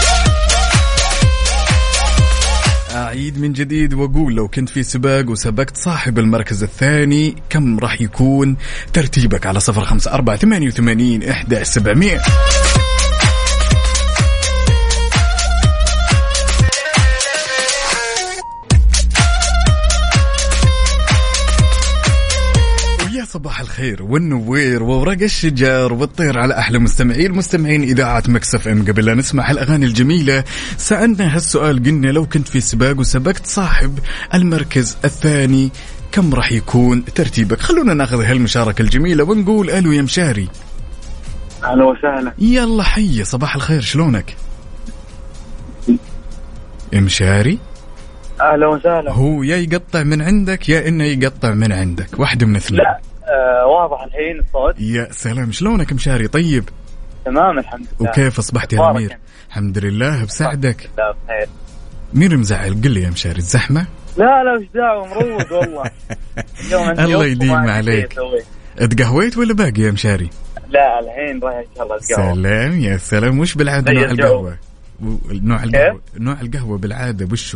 أعيد من جديد وأقول، لو كنت في سباق وسبقت صاحب المركز الثاني كم راح يكون ترتيبك؟ على صفر خمسة أربعة ثمانية وثمانين إحدى عشر سبعمية. صباح الخير والنوير وورق الشجر والطير على أحلى مستمعين مستمعين إذاعة مكس اف ام. قبل لا نسمع الأغاني الجميلة سألنا هالسؤال، قلنا لو كنت في سباق وسبقت صاحب المركز الثاني كم راح يكون ترتيبك؟ خلونا ناخذ هالمشاركة الجميلة ونقول ألو يا مشاري. أهلا وسهلا. يلا حي، صباح الخير، شلونك يا مشاري؟ أهلا وسهلا. هو يا يقطع من عندك يا إنه يقطع من عندك، واحدة من اثنين. لا آه واضح الحين الصوت. يا سلام، شلونك مشاري؟ طيب تمام الحمد لله. وكيف أصبحت يا أمير؟ الحمد لله بساعدك. لا بخير. مين مزعل؟ قل لي يا مشاري، الزحمة؟ لا لا وش دعوة، مروق والله. الله يديم عليك. اتقهويت ولا باقي يا مشاري؟ لا الحين رايح إن شاء الله أتقهوى. سلام يا سلام. وش بالعادة نوع القهوة؟ نوع القهوة نوع القهوة بالعادة وشو؟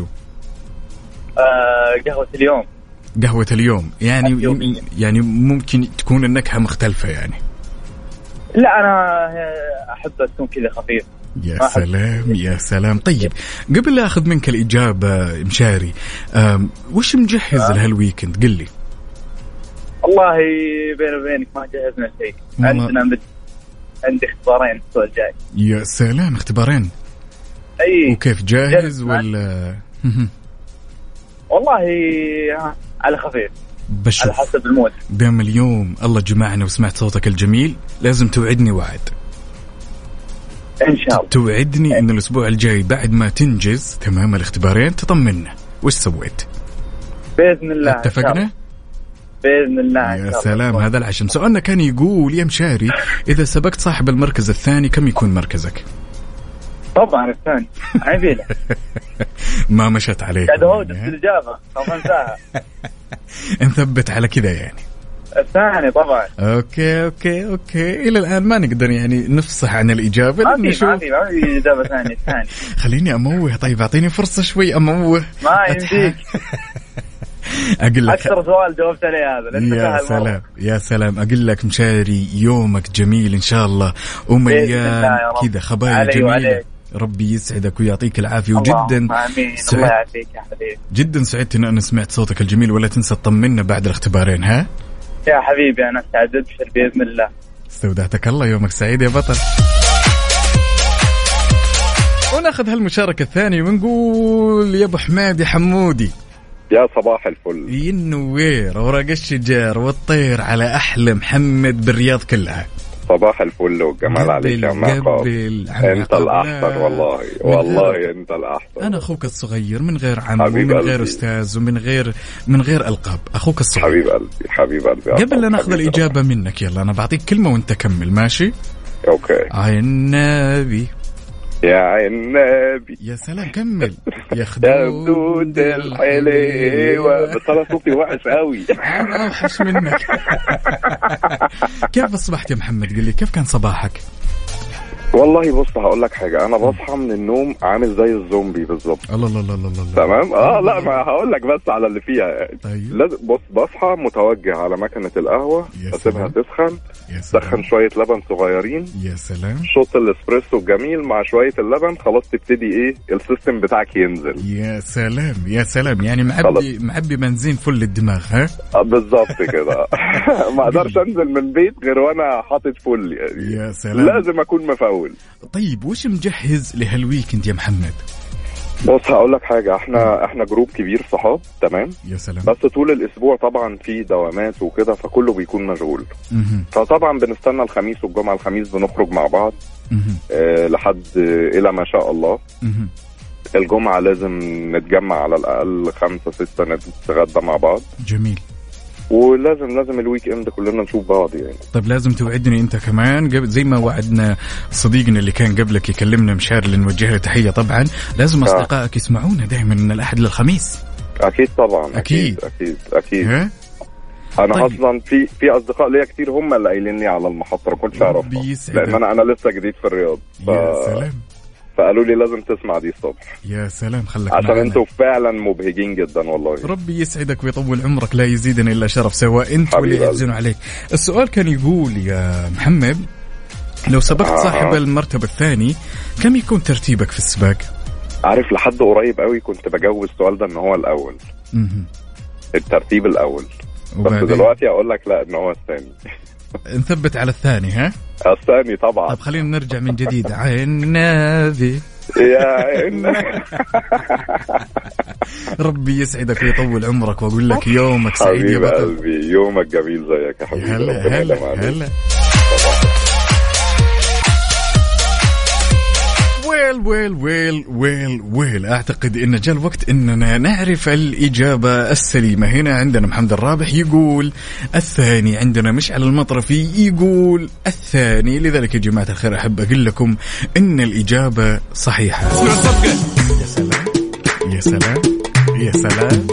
آه قهوة اليوم. قهوة اليوم يعني اليومية. يعني ممكن تكون النكهة مختلفة يعني؟ لا أنا أحب تكون كذا خفيف. يا سلام يا سلام. طيب قبل لا أخذ منك الإجابة مشاري، وش مجهز آه. لهالويكند؟ قل لي. والله بيني وبينك ما جهزنا شيء. عندنا مد... عندي اختبارين الأسبوع الجاي. يا سلام، اختبارين؟ أي. وكيف جاهز ولا؟ والله على خفيف بشوف. على حسب المود. دام اليوم الله جمعنا وسمعت صوتك الجميل، لازم توعدني وعد. إن شاء الله. توعدني إن الأسبوع الجاي بعد ما تنجز تمام الاختبارين تطمنا وش سويت. بإذن الله. اتفقنا؟ بإذن الله. يا سلام، هذا العشم. سؤالنا كان يقول يا مشاري، إذا سبقت صاحب المركز الثاني كم يكون مركزك؟ طبعا الثاني عيبيله. ما مشت عليك قاعد اهود الإجابة طبعا انساها. نثبت على كذا يعني. الثاني طبعا. اوكي اوكي اوكي الى الان ما نقدر يعني نفصح عن الاجابه. ما في ما في ما في اجابه ثانيه. الثاني. خليني اموه. طيب اعطيني فرصه شوي اموه. ما يمديك. اقول لك اكثر سؤال جاوبت عليه هذا. يا سلام يا سلام. اقول لك مشاري يومك جميل ان شاء الله ومليان كذا خبايا جميله. ربي يسعدك ويعطيك العافيه. وجدا سعدت جدا سعدت ان انا سمعت صوتك الجميل. ولا تنسى تطمنا بعد الاختبارين. ها يا حبيبي أنا سعيد بشر بإذن الله. استودعتك الله. يومك سعيد يا بطل. وناخذ هالمشاركة الثانية ونقول يا أبو حمادي حمودي يا صباح الفل. ينوير ورق الشجار والطير على أحلى محمد بالرياض كلها. صباح الفل والجمال عليك يا معقاب. انت الاحسن والله والله انت الاحسن. انا اخوك الصغير من غير عم ومن غير استاذ ومن غير من غير القاب. اخوك الصغير حبيب قلبي حبيب قلبي. قبل لا ناخذ الاجابه منك يلا انا بعطيك كلمه وانت كمل ماشي. اوكي. عنابي يا عنابي. يا سلام كمل. يا خدود الحليوة. بس أنا صوتي وحش قوي. أنا أوحش منك. كيف أصبحت يا محمد؟ قل لي كيف كان صباحك؟ والله بص هقول لك حاجة. أنا بصحى من النوم عامل زي الزومبي بالظبط. الله الله الله الله. تمام. آه لا ما هقول لك بس على اللي فيها يعني. طيب. لازم بص بصحى متوجه على مكنة القهوة. أسيبها تسخن. سخن شوية لبن صغيرين. يا سلام. شوط الاسبريسو الجميل مع شوية اللبن. خلاص تبتدي إيه السيستم بتاعك ينزل. يا سلام يا سلام. يعني معبي معبي بنزين فل الدماغ. ها آه بالظبط كده. ما أقدرش أنزل من بيت غير وأنا حاطط فل يعني. يا سلام. لازم أكون مفول. طيب وش مجهز لهالويكند يا محمد؟ بص هقول لك حاجة. احنا احنا جروب كبير صحاب. تمام. يا سلام. بس طول الاسبوع طبعا في دوامات وكده فكله بيكون مشغول. فطبعا بنستنى الخميس والجمعة. الخميس بنخرج مع بعض اه لحد اه الى ما شاء الله. مه. الجمعة لازم نتجمع على الاقل خمسة ستة نتغدى مع بعض. جميل. ولازم لازم الويك اند كلنا نشوف بعض يعني. طيب لازم توعدني انت كمان قبل زي ما وعدنا صديقنا اللي كان قبلك يكلمنا مشار اللي نوجه له تحيه. طبعا لازم اصدقائك يسمعونا دائما من الاحد للخميس. اكيد طبعا. اكيد اكيد اكيد, أكيد. انا طيب. اصلا في في اصدقاء ليا كتير هم اللي قايلين لي على المحطه. ما كنتش اعرفها لان انا انا لسه جديد في الرياض. ف... يا سلام. فقالوا لي لازم تسمع دي الصبح. يا سلام. خلك عشان معنا. انتوا فعلا مبهجين جدا والله. ربي يسعدك ويطول عمرك. لا يزيدنا الا شرف سواء انت واللي يحزنوا عليك. السؤال كان يقول يا محمد لو سبقت آه. صاحب المرتبة الثاني كم يكون ترتيبك في السباق؟ عارف لحد قريب قوي كنت بجاوب السؤال ده ان هو الاول. م-م. الترتيب الاول. وبعدين. بس دلوقتي اقول لك لا ان هو الثاني. نثبت على الثاني. ها الثاني طبعا. طب خلينا نرجع من جديد. عنابي يا ربي يسعدك ويطول عمرك واقول لك يومك سعيد يا بطل. قلبي يومك جميل زيك يا حبيبي. هلا هلا هلا. ويل ويل ويل ويل ويل. أعتقد إن جاء الوقت إننا نعرف الإجابة السليمة. هنا عندنا محمد الرابح يقول الثاني. عندنا مشعل المطرفي يقول الثاني. لذلك يا جماعة الخير أحب أقول لكم إن الإجابة صحيحة. يا سلام يا سلام يا سلام.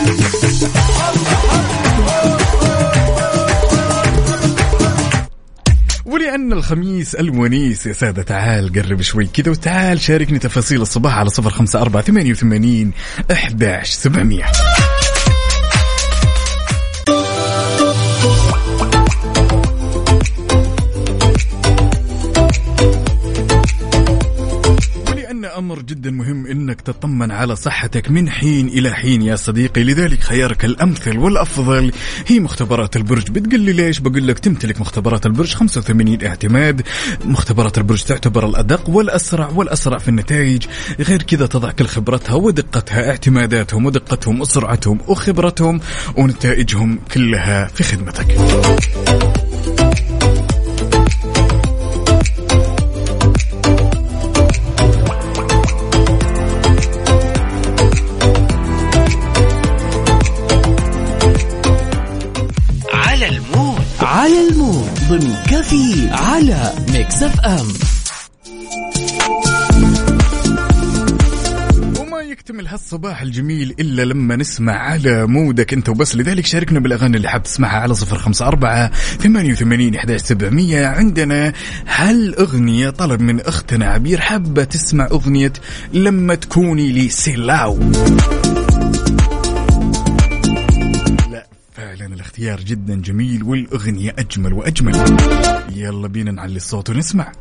ولأن الخميس الونيس يا سادة تعال قرب شوي كذا وتعال شاركني تفاصيل الصباح على صفر خمسة أربعة ثمانية وثمانين أحد عشر سبعمية. أمر جدا مهم إنك تطمن على صحتك من حين إلى حين يا صديقي. لذلك خيارك الأمثل والأفضل هي مختبرات البرج. بتقول لي ليش؟ بقول لك تمتلك مختبرات البرج خمسة وثمانين اعتماد. مختبرات البرج تعتبر الأدق والأسرع والأسرع في النتائج. غير كذا تضع كل خبرتها ودقتها اعتماداتهم ودقتهم وسرعتهم وخبرتهم ونتائجهم كلها في خدمتك. على المود ضمن كفي على ميكس اف ام. يكتمل هالصباح الجميل إلا لما نسمع على مودك أنت وبس. لذلك شاركنا بالأغاني اللي حاب تسمعها على صفر خمسة أربعة ثمانية وثمانين إحدى عشر سبعمية. عندنا هل أغنية طلب من أختنا عبير، حابة تسمع أغنية لما تكوني لي سيلاو. لا فعلا الاختيار جدا جميل والأغنية أجمل وأجمل. يلا بينا نعلي الصوت ونسمع.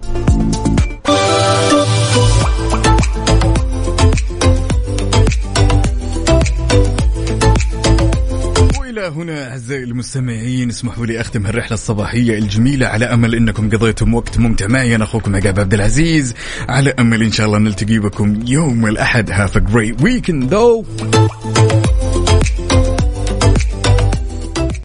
هنا أعزائي المستمعين اسمحوا لي أختم هالرحلة الصباحية الجميلة على أمل أنكم قضيتم وقت ممتع معي. أنا أخوكم عقاب عبد العزيز، على أمل إن شاء الله نلتقي بكم يوم الأحد. Have a great weekend though.